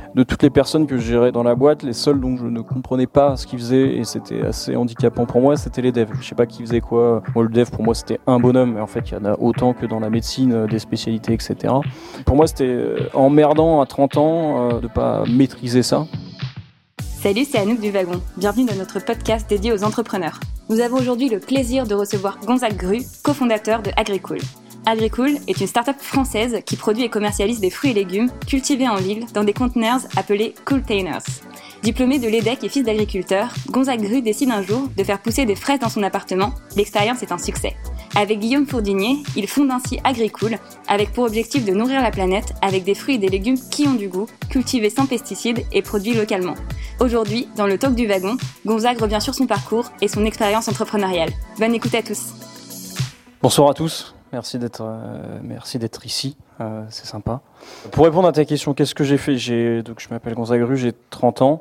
de toutes les personnes que je gérais dans la boîte, les seuls dont je ne comprenais pas ce qu'ils faisaient, et c'était assez handicapant pour moi, c'était les devs. Je sais pas qui faisait quoi. Moi, le dev, pour moi, c'était un bonhomme, mais en fait, il y en a autant que dans la médecine, des spécialités, etc. Pour moi, c'était emmerdant à 30 ans de pas maîtriser ça. Salut, c'est Anouk du Wagon. Bienvenue dans notre podcast dédié aux entrepreneurs. Nous avons aujourd'hui le plaisir de recevoir Gonzague Gru, cofondateur de Agricool. Agricool est une start-up française qui produit et commercialise des fruits et légumes cultivés en ville dans des conteneurs appelés Cooltainers. Diplômé de l'EDEC et fils d'agriculteur, Gonzague Gru décide un jour de faire pousser des fraises dans son appartement. L'expérience est un succès. Avec Guillaume Fourdinier, il fonde ainsi Agricool, avec pour objectif de nourrir la planète avec des fruits et des légumes qui ont du goût, cultivés sans pesticides et produits localement. Aujourd'hui, dans le Talk du Wagon, Gonzague revient sur son parcours et son expérience entrepreneuriale. Bonne écoute à tous. Bonsoir à tous. Merci d'être ici, c'est sympa. Pour répondre à ta question, qu'est-ce que j'ai fait? Donc je m'appelle Gonzague Gru, j'ai 30 ans.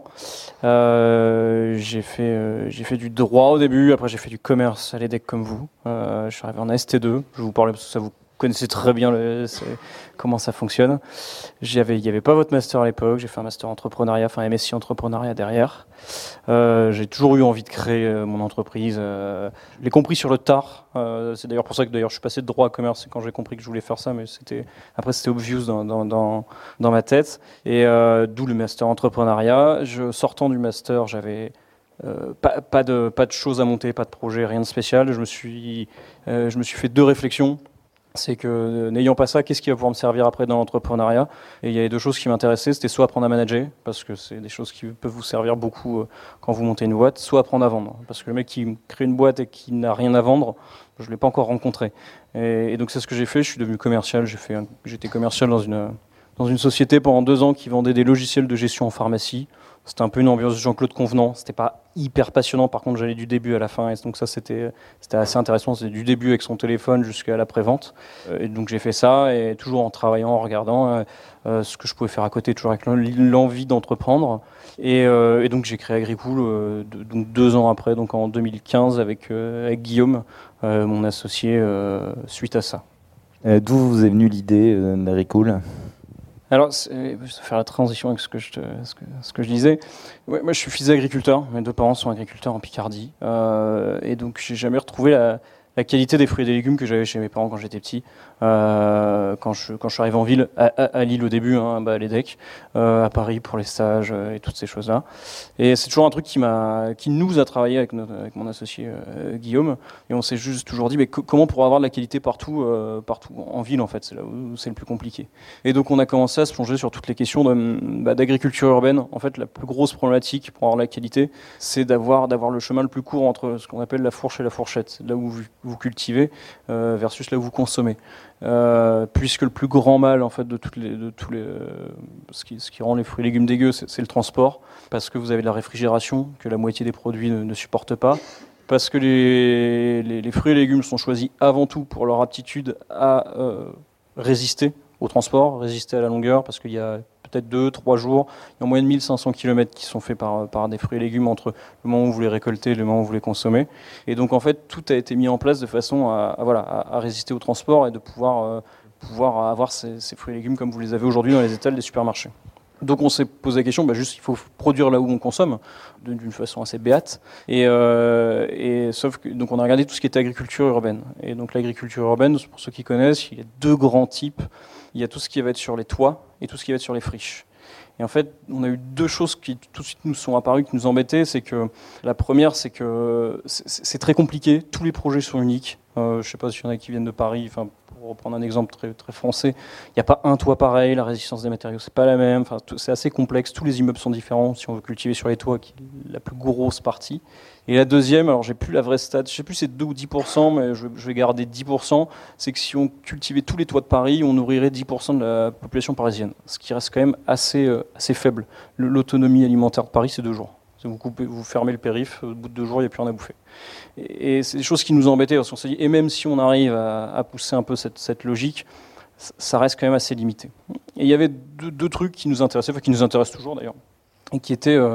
J'ai fait du droit au début, après j'ai fait du commerce à l'EDEC comme vous. Je suis arrivé en ST2, je vous parlais parce que ça vous connaissez très bien comment ça fonctionne. Il n'y avait pas votre master à l'époque, j'ai fait un master entrepreneuriat, enfin MSc entrepreneuriat derrière. J'ai toujours eu envie de créer mon entreprise. Je l'ai compris sur le tard. C'est d'ailleurs pour ça que je suis passé de droit à commerce, c'est quand j'ai compris que je voulais faire ça, mais après c'était obvious dans ma tête. Et d'où le master entrepreneuriat. Sortant du master, j'avais pas de choses à monter, pas de projet, rien de spécial. Je me suis fait 2 réflexions. C'est que n'ayant pas ça, qu'est-ce qui va pouvoir me servir après dans l'entrepreneuriat? Et il y avait 2 choses qui m'intéressaient, c'était soit apprendre à manager, parce que c'est des choses qui peuvent vous servir beaucoup quand vous montez une boîte, soit apprendre à vendre. Parce que le mec qui crée une boîte et qui n'a rien à vendre, je ne l'ai pas encore rencontré. Et donc c'est ce que j'ai fait, je suis devenu commercial, j'étais commercial dans une société pendant 2 ans qui vendait des logiciels de gestion en pharmacie. C'était un peu une ambiance de Jean-Claude Convenant. C'était pas hyper passionnant. Par contre, j'allais du début à la fin. Et donc ça, c'était assez intéressant. C'était du début avec son téléphone jusqu'à l'après-vente. Et donc j'ai fait ça, et toujours en travaillant, en regardant ce que je pouvais faire à côté, toujours avec l'envie d'entreprendre. Et donc j'ai créé Agricool donc 2 ans après, donc en 2015, avec Guillaume, mon associé, suite à ça. D'où vous est venue l'idée d'Agricool ? Alors, je vais faire la transition avec ce que je disais. Ouais, moi, je suis fils d'agriculteur. Mes 2 parents sont agriculteurs en Picardie. Et donc, j'ai jamais retrouvé la qualité des fruits et des légumes que j'avais chez mes parents quand j'étais petit. Quand je suis arrivé en ville, à Lille au début, à l'EDEC, à Paris pour les stages et toutes ces choses-là. Et c'est toujours un truc qui nous a travaillé avec mon associé Guillaume. Et on s'est juste toujours dit, mais comment pour avoir de la qualité partout en ville, en fait, c'est là où c'est le plus compliqué. Et donc on a commencé à se plonger sur toutes les questions d'agriculture urbaine. En fait, la plus grosse problématique pour avoir la qualité, c'est d'avoir le chemin le plus court entre ce qu'on appelle la fourche et la fourchette, là où vous cultivez versus là où vous consommez. Puisque le plus grand mal en fait de ce qui rend les fruits et légumes dégueux, c'est le transport, parce que vous avez de la réfrigération que la moitié des produits ne supportent pas, parce que les fruits et légumes sont choisis avant tout pour leur aptitude à résister au transport, résister à la longueur, parce qu'il y a peut-être 2-3 jours, il y a en moyenne 1500 km qui sont faits par des fruits et légumes entre le moment où vous les récoltez et le moment où vous les consommez. Et donc en fait, tout a été mis en place de façon à résister au transport et de pouvoir avoir ces fruits et légumes comme vous les avez aujourd'hui dans les étals des supermarchés. Donc on s'est posé la question, il faut produire là où on consomme, d'une façon assez béate. Et sauf que donc on a regardé tout ce qui était agriculture urbaine. Et donc l'agriculture urbaine, pour ceux qui connaissent, il y a 2 grands types. Il y a tout ce qui va être sur les toits et tout ce qui va être sur les friches. Et en fait, on a eu 2 choses qui tout de suite nous sont apparues, qui nous embêtaient. C'est que la première, c'est que c'est très compliqué. Tous les projets sont uniques. Je ne sais pas s'il y en a qui viennent de Paris. Pour reprendre un exemple très, très français, il n'y a pas un toit pareil. La résistance des matériaux, c'est pas la même. C'est assez complexe. Tous les immeubles sont différents. Si on veut cultiver sur les toits, qui est la plus grosse partie. Et la deuxième, alors j'ai plus la vraie stat, je sais plus si c'est 2 ou 10%, mais je vais garder 10%, c'est que si on cultivait tous les toits de Paris, on nourrirait 10% de la population parisienne, ce qui reste quand même assez faible. L'autonomie alimentaire de Paris, c'est 2 jours. Vous fermez le périph', au bout de 2 jours, il n'y a plus rien à bouffer. Et c'est des choses qui nous embêtaient, parce qu'on s'est dit, et même si on arrive à pousser un peu cette logique, ça reste quand même assez limité. Et il y avait deux trucs qui nous intéressaient, qui nous intéressent toujours d'ailleurs, et qui étaient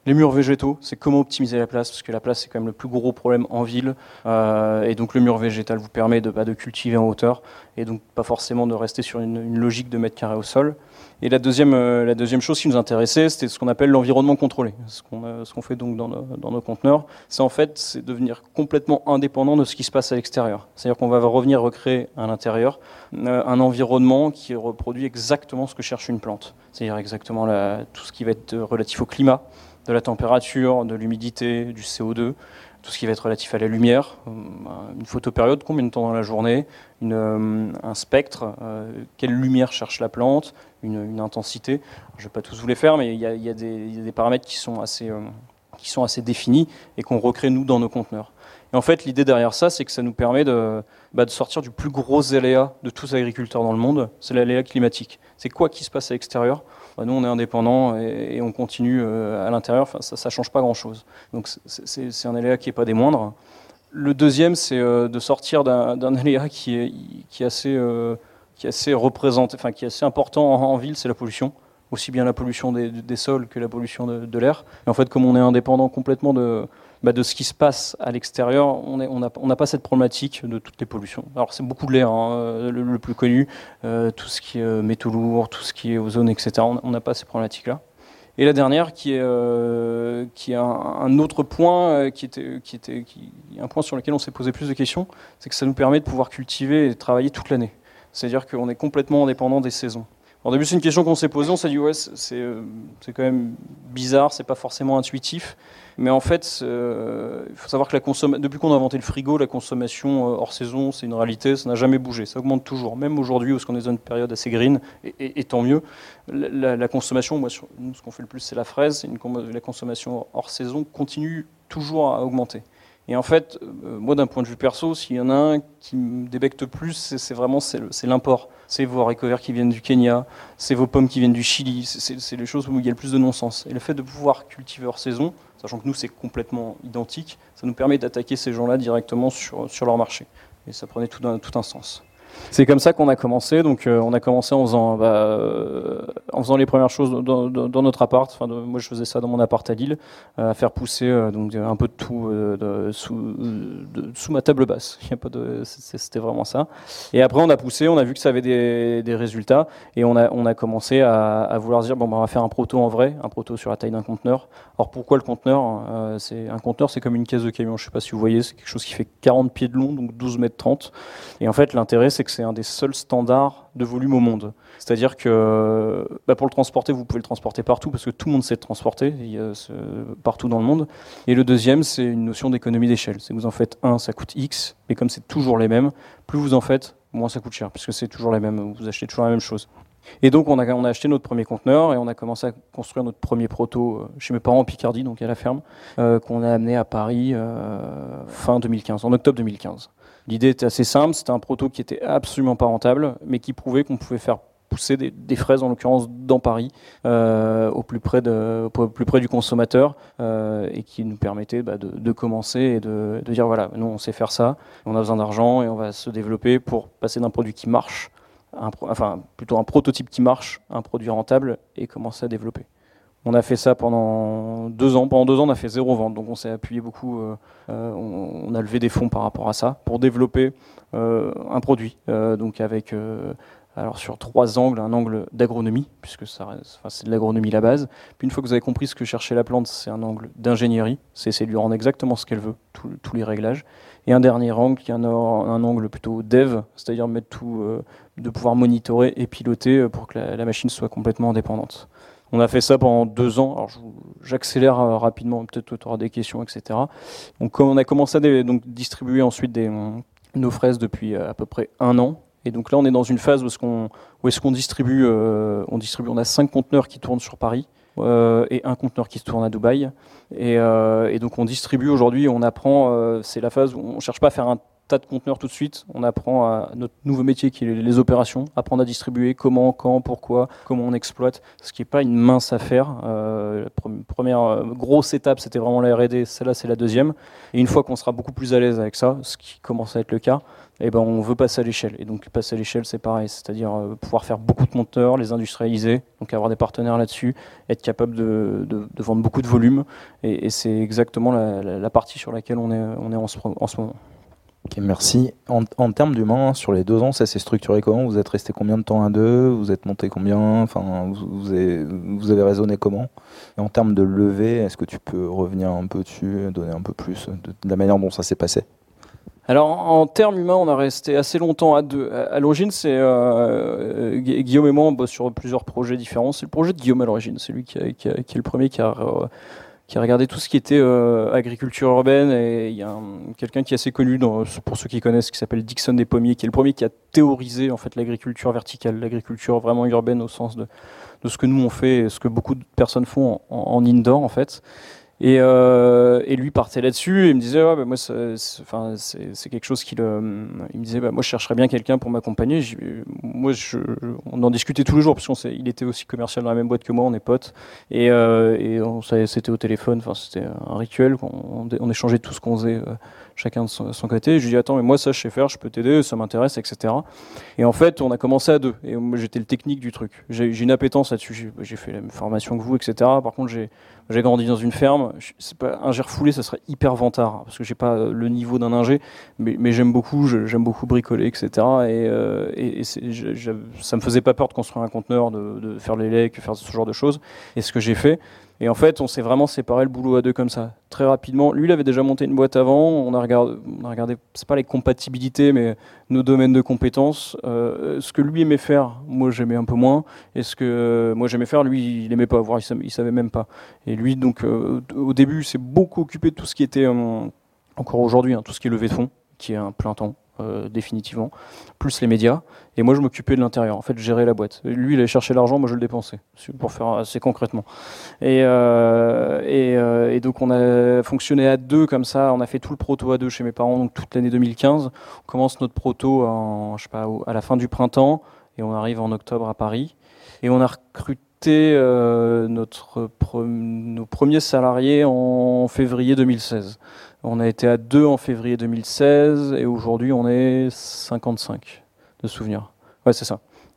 Les murs végétaux, c'est comment optimiser la place, parce que la place c'est quand même le plus gros problème en ville, et donc le mur végétal vous permet de cultiver en hauteur, et donc pas forcément de rester sur une logique de mètre carré au sol. Et la deuxième chose qui nous intéressait, c'était ce qu'on appelle l'environnement contrôlé. Ce qu'on fait donc dans nos conteneurs, c'est devenir complètement indépendant de ce qui se passe à l'extérieur. C'est-à-dire qu'on va revenir recréer à l'intérieur un environnement qui reproduit exactement ce que cherche une plante. C'est-à-dire exactement tout ce qui va être relatif au climat, de la température, de l'humidité, du CO2, tout ce qui va être relatif à la lumière, une photopériode, combien de temps dans la journée, un spectre, quelle lumière cherche la plante, une intensité. Je ne vais pas tous vous les faire, mais il y a des paramètres qui sont assez définis et qu'on recrée nous dans nos conteneurs. Et en fait, l'idée derrière ça, c'est que ça nous permet de sortir du plus gros aléa de tous les agriculteurs dans le monde, c'est l'aléa climatique. C'est quoi qui se passe à l'extérieur ? Nous, on est indépendants et on continue à l'intérieur. Enfin, ça ne change pas grand-chose. Donc, c'est un aléa qui n'est pas des moindres. Le deuxième, c'est de sortir d'un aléa qui est assez représenté, enfin, qui est assez important en ville, c'est la pollution. Aussi bien la pollution des sols que la pollution de l'air. Et en fait, comme on est indépendant complètement de ce qui se passe à l'extérieur, on n'a pas cette problématique de toutes les pollutions. Alors c'est beaucoup de l'air, le plus connu, tout ce qui est métaux lourds, tout ce qui est ozone, etc. On n'a pas ces problématiques-là. Et la dernière, qui est un autre point, qui est un point sur lequel on s'est posé plus de questions, c'est que ça nous permet de pouvoir cultiver et travailler toute l'année. C'est-à-dire qu'on est complètement indépendant des saisons. Au début, c'est une question qu'on s'est posée, on s'est dit ouais, c'est quand même bizarre, c'est pas forcément intuitif, mais en fait, il faut savoir que depuis qu'on a inventé le frigo, la consommation hors saison, c'est une réalité, ça n'a jamais bougé, ça augmente toujours, même aujourd'hui où on est dans une période assez green, et tant mieux. La consommation, nous, ce qu'on fait le plus, c'est la fraise, la consommation hors saison continue toujours à augmenter. Et en fait, moi, d'un point de vue perso, s'il y en a un qui me débecte plus, c'est l'import. C'est vos haricots verts qui viennent du Kenya, c'est vos pommes qui viennent du Chili, c'est les choses où il y a le plus de non-sens. Et le fait de pouvoir cultiver hors saison, sachant que nous, c'est complètement identique, ça nous permet d'attaquer ces gens-là directement sur leur marché. Et ça prenait tout un sens. C'est comme ça qu'on a commencé. Donc, on a commencé en faisant les premières choses dans notre appart. Enfin, moi, je faisais ça dans mon appart à Lille, à faire pousser donc un peu de tout sous ma table basse. Il y a pas c'était vraiment ça. Et après, on a poussé, on a vu que ça avait des résultats, et on a commencé à vouloir dire on va faire un proto en vrai, un proto sur la taille d'un conteneur. Alors pourquoi le conteneur ? Un conteneur, c'est comme une caisse de camion. Je ne sais pas si vous voyez, c'est quelque chose qui fait 40 pieds de long, donc 12 mètres 30. Et en fait, l'intérêt, c'est que c'est un des seuls standards de volume au monde. C'est-à-dire que pour le transporter, vous pouvez le transporter partout, parce que tout le monde sait le transporter, partout dans le monde. Et le deuxième, c'est une notion d'économie d'échelle. C'est que vous en faites un, ça coûte X, mais comme c'est toujours les mêmes, plus vous en faites, moins ça coûte cher, puisque c'est toujours les mêmes, vous achetez toujours la même chose. Et donc on a acheté notre premier conteneur et on a commencé à construire notre premier proto chez mes parents en Picardie, donc à la ferme, qu'on a amené à Paris fin 2015, en octobre 2015. L'idée était assez simple, c'était un proto qui était absolument pas rentable, mais qui prouvait qu'on pouvait faire pousser des fraises, en l'occurrence dans Paris, au plus près du consommateur, et qui nous permettait de commencer et de dire voilà, nous on sait faire ça, on a besoin d'argent et on va se développer pour passer d'un produit qui marche, plutôt un prototype qui marche, à un produit rentable, et commencer à développer. On a fait ça pendant 2 ans. Pendant 2 ans, on a fait 0 vente. Donc on s'est appuyé beaucoup, on a levé des fonds par rapport à ça pour développer un produit. Donc avec, alors sur 3 angles, un angle d'agronomie, puisque c'est de l'agronomie la base. Puis une fois que vous avez compris ce que cherchait la plante, c'est un angle d'ingénierie. C'est essayer de lui rendre exactement ce qu'elle veut, tous les réglages. Et un dernier angle qui est un angle plutôt dev, c'est-à-dire mettre tout, de pouvoir monitorer et piloter pour que la machine soit complètement indépendante. On a fait ça pendant 2 ans. Alors j'accélère rapidement, peut-être tu auras des questions, etc. Donc on a commencé à distribuer ensuite nos fraises depuis à peu près 1 an. Et donc là, on est dans une phase où est-ce qu'on distribue, on a 5 conteneurs qui tournent sur Paris et 1 conteneur qui se tourne à Dubaï. Et donc on distribue aujourd'hui, on apprend, c'est la phase où on ne cherche pas à faire un tas de conteneurs tout de suite. On apprend à notre nouveau métier qui est les opérations, apprendre à distribuer, comment, quand, pourquoi, comment on exploite, ce qui n'est pas une mince affaire. La première grosse étape, c'était vraiment la R&D, celle-là c'est la deuxième. Et une fois qu'on sera beaucoup plus à l'aise avec ça, ce qui commence à être le cas, eh ben, on veut passer à l'échelle. Et donc passer à l'échelle, c'est pareil, c'est-à-dire pouvoir faire beaucoup de conteneurs, les industrialiser, donc avoir des partenaires là-dessus, être capable de vendre beaucoup de volume. Et c'est exactement la partie sur laquelle on est en ce moment. Ok, merci. En termes d'humains, sur les 2 ans, ça s'est structuré comment? Vous êtes resté combien de temps à deux? Vous êtes monté combien? Enfin, vous avez raisonné comment? Et en termes de levée, est-ce que tu peux revenir un peu dessus, donner un peu plus de la manière dont ça s'est passé? Alors en termes humains, on a resté assez longtemps à deux. À l'origine, c'est Guillaume et moi, on bosse sur plusieurs projets différents. C'est le projet de Guillaume à l'origine, c'est lui qui est le premier qui a regardé tout ce qui était agriculture urbaine. Et il y a quelqu'un qui est assez connu, pour ceux qui connaissent, qui s'appelle Dickson des Pommiers, qui est le premier qui a théorisé en fait l'agriculture verticale, l'agriculture vraiment urbaine au sens de ce que nous on fait et ce que beaucoup de personnes font en indoor en fait. Et lui partait là-dessus et me disait ouais, bah, moi c'est quelque chose il me disait bah, moi je chercherais bien quelqu'un pour m'accompagner. On en discutait tous les jours parce qu'il était aussi commercial dans la même boîte que moi, on est potes et c'était au téléphone, enfin c'était un rituel, on échangeait tout ce qu'on faisait chacun de son côté. Je lui dis attends mais moi ça je sais faire, je peux t'aider, ça m'intéresse, etc. Et en fait on a commencé à deux et moi j'étais le technique du truc. J'ai une appétence là-dessus, j'ai fait la même formation que vous, etc. Par contre j'ai grandi dans une ferme. C'est pas un refoulé, ça serait hyper vantard parce que j'ai pas le niveau d'un ingé, mais j'aime beaucoup bricoler, etc. Ça me faisait pas peur de construire un conteneur, de faire les legs, faire ce genre de choses. Et ce que j'ai fait. Et en fait, on s'est vraiment séparé le boulot à deux comme ça, très rapidement. Lui, il avait déjà monté une boîte avant. On a regardé, c'est pas les compatibilités, mais nos domaines de compétences. Ce que lui aimait faire, moi j'aimais un peu moins. Et ce que moi j'aimais faire, lui, il aimait pas, voire il savait même pas. Et lui, donc, au début, s'est beaucoup occupé de tout ce qui était, encore aujourd'hui, tout ce qui est levée de fonds, qui est un plein temps. Définitivement, plus les médias, et moi je m'occupais de l'intérieur, en fait je gérais la boîte. Lui il allait chercher l'argent, moi je le dépensais, pour faire assez concrètement. Et donc on a fonctionné à deux comme ça, on a fait tout le proto à deux chez mes parents, donc toute l'année 2015. On commence notre proto à la fin du printemps, et on arrive en octobre à Paris, et on a recruté nos premiers salariés en février 2016. On a été à 2 en février 2016 et aujourd'hui on est 55 de souvenirs. Ouais, c'est ça.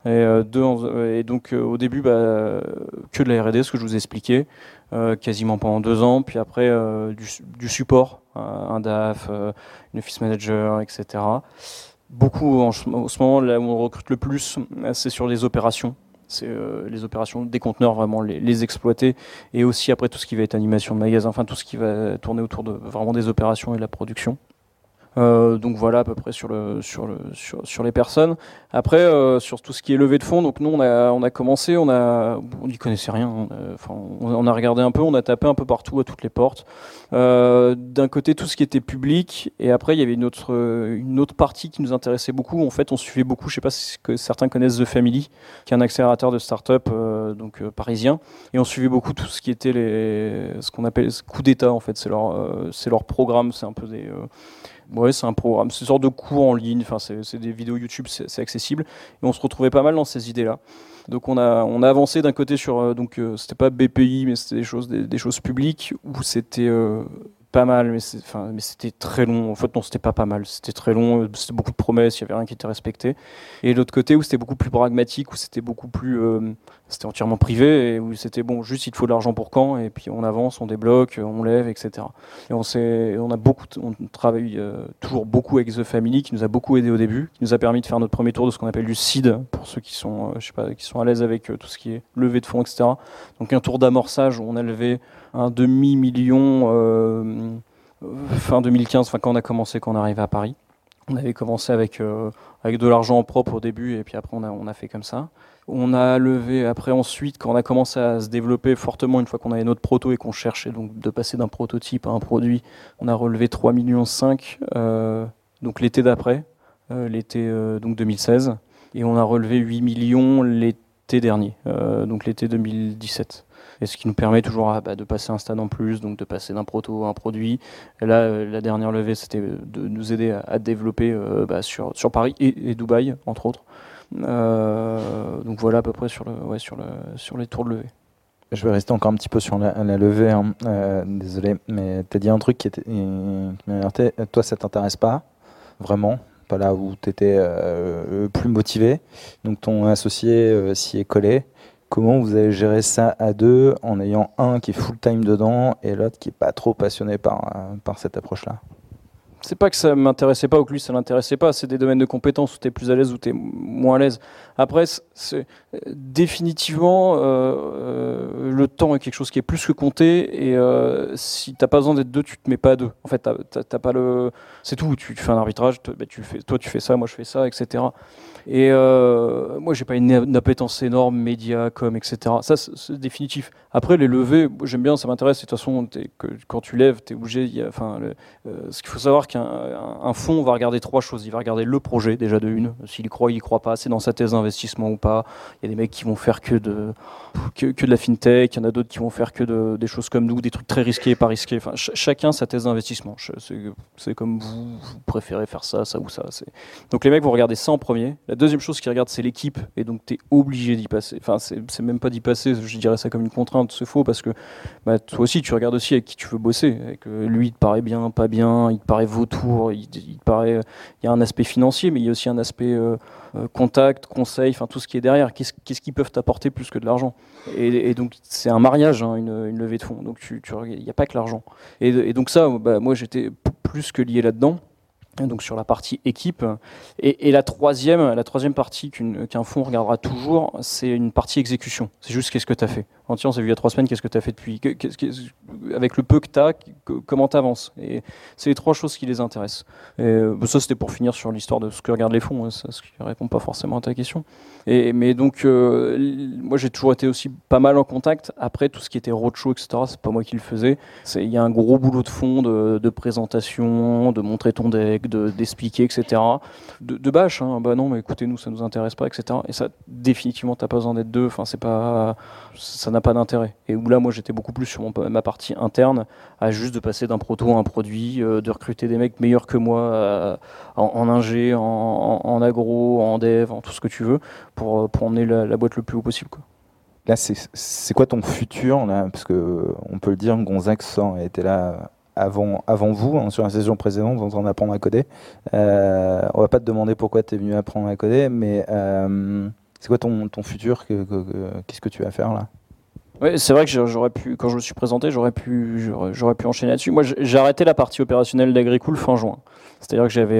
Et donc au début, que de la R&D, ce que je vous ai expliqué, quasiment pendant 2 ans. Puis après du support, un DAF, une office manager, etc. Beaucoup en ce moment, là où on recrute le plus, c'est sur les opérations. C'est les opérations des conteneurs, vraiment les exploiter, et aussi après tout ce qui va être animation de magasin, enfin tout ce qui va tourner autour de vraiment des opérations et de la production. Donc voilà à peu près sur les personnes. Après sur tout ce qui est levée de fonds, donc nous on a commencé, on n'y connaissait rien. On a regardé un peu, on a tapé un peu partout à toutes les portes. D'un côté tout ce qui était public, et après il y avait une autre partie qui nous intéressait beaucoup. En fait on suivait beaucoup, je sais pas si certains connaissent The Family, qui est un accélérateur de start-up parisien, et on suivait beaucoup tout ce qui était ce qu'on appelle coup d'état en fait. C'est leur programme, c'est un peu des ouais, c'est un programme, c'est une sorte de cours en ligne, enfin, c'est des vidéos YouTube, c'est accessible, et on se retrouvait pas mal dans ces idées-là. Donc on a avancé d'un côté sur, c'était pas BPI, mais c'était des choses publiques, où c'était pas mal, mais c'était très long. En fait, non, c'était pas mal, c'était très long, c'était beaucoup de promesses, il y avait rien qui était respecté. Et de l'autre côté, où c'était beaucoup plus pragmatique, où c'était beaucoup plus, c'était entièrement privé, et où c'était bon, juste il te faut de l'argent pour quand, et puis on avance, on débloque, on lève, etc. Et on travaille toujours beaucoup avec The Family, qui nous a beaucoup aidé au début, qui nous a permis de faire notre premier tour de ce qu'on appelle du seed, pour ceux qui sont, qui sont à l'aise avec tout ce qui est levée de fonds, etc. Donc un tour d'amorçage où on a levé un demi-million fin 2015, quand on a commencé, quand on est arrivé à Paris. On avait commencé avec de l'argent propre au début, et puis après on a fait comme ça. On a levé après ensuite, quand on a commencé à se développer fortement, une fois qu'on avait notre proto et qu'on cherchait donc de passer d'un prototype à un produit, on a relevé 3,5 millions donc l'été d'après, l'été donc 2016, et on a relevé 8 millions l'été dernier, donc l'été 2017. et ce qui nous permet toujours de passer un stade en plus, donc de passer d'un proto à un produit. Et là, la dernière levée, c'était de nous aider à développer sur Paris et Dubaï, entre autres. Donc voilà à peu près sur les tours de levée. Je vais rester encore un petit peu sur la levée, hein. Désolé, mais tu as dit un truc qui m'a alerté. Toi, ça t'intéresse pas, vraiment, pas là où tu étais plus motivé. Donc ton associé s'y est collé. Comment vous avez géré ça à deux en ayant un qui est full-time dedans et l'autre qui n'est pas trop passionné par cette approche-là? C'est pas que ça m'intéressait pas ou que lui ça l'intéressait pas, c'est des domaines de compétences où tu es plus à l'aise ou tu es moins à l'aise. Après, définitivement, le temps est quelque chose qui est plus que compté et si t'as pas besoin d'être deux, tu te mets pas à deux. En fait, t'as pas c'est tout, tu fais un arbitrage, tu fais ça, moi je fais ça, etc. Et moi j'ai pas une appétence énorme, médias, com, etc. Ça c'est définitif. Après les levées, j'aime bien, ça m'intéresse. De toute façon, quand tu lèves, t'es obligé. Ce qu'il faut savoir qu'un fonds va regarder trois choses. Il va regarder le projet déjà de une, s'il y croit, il y croit pas, c'est dans sa thèse d'investissement ou pas. Il y a des mecs qui vont faire que de la fintech, il y en a d'autres qui vont faire que des choses comme nous, des trucs très risqués, pas risqués. Enfin, chacun sa thèse d'investissement. C'est comme vous préférez faire ça ou ça. Donc les mecs vont regarder ça en premier. La deuxième chose qu'ils regardent, c'est l'équipe, et donc tu es obligé d'y passer. Enfin, c'est même pas d'y passer, je dirais ça comme une contrainte, c'est faux, parce que toi aussi, tu regardes aussi avec qui tu veux bosser. Avec, lui, il te paraît bien, pas bien, il te paraît vautour, il y a un aspect financier, mais il y a aussi un aspect contact, conseil, enfin tout ce qui est derrière. Qu'est-ce qu'ils peuvent t'apporter plus que de l'argent? Et donc, c'est un mariage, hein, une levée de fonds. Donc, il n'y a pas que l'argent. Et donc ça, moi, j'étais plus que lié là-dedans. Donc sur la partie équipe. Et la troisième partie qu'un fonds regardera toujours, c'est une partie exécution. C'est juste qu'est-ce que tu as fait. Tiens, on s'est vu il y a 3 semaines, qu'est-ce que tu as fait depuis avec le peu que tu as, comment tu avances. Et c'est les trois choses qui les intéressent. Et ça, c'était pour finir sur l'histoire de ce que regardent les fonds, hein, ça, ce qui ne répond pas forcément à ta question. Mais donc, moi, j'ai toujours été aussi pas mal en contact. Après, tout ce qui était roadshow, etc., c'est pas moi qui le faisais. Il y a un gros boulot de fond, de présentation, de montrer ton deck, d'expliquer, etc. De bâche, hein. Bah non, mais écoutez, nous, ça nous intéresse pas, etc. Et ça, définitivement, t'as pas besoin d'être deux. Enfin, ça n'a pas d'intérêt. Et où là, moi, j'étais beaucoup plus sur ma partie interne, à juste de passer d'un proto à un produit, de recruter des mecs meilleurs que moi en ingé, en agro, en dev, en tout ce que tu veux, pour emmener la boîte le plus haut possible, quoi. Là, c'est quoi ton futur là? Parce que on peut le dire, Gonzague était là avant vous, hein, sur la saison précédente, en train d'apprendre à coder. On va pas te demander pourquoi tu es venu apprendre à coder, mais c'est quoi ton futur? Qu'est-ce que tu vas faire là? Oui, c'est vrai que j'aurais pu, quand je me suis présenté, j'aurais pu enchaîner là-dessus. Moi, j'ai arrêté la partie opérationnelle d'Agricool fin juin. C'est-à-dire que j'avais,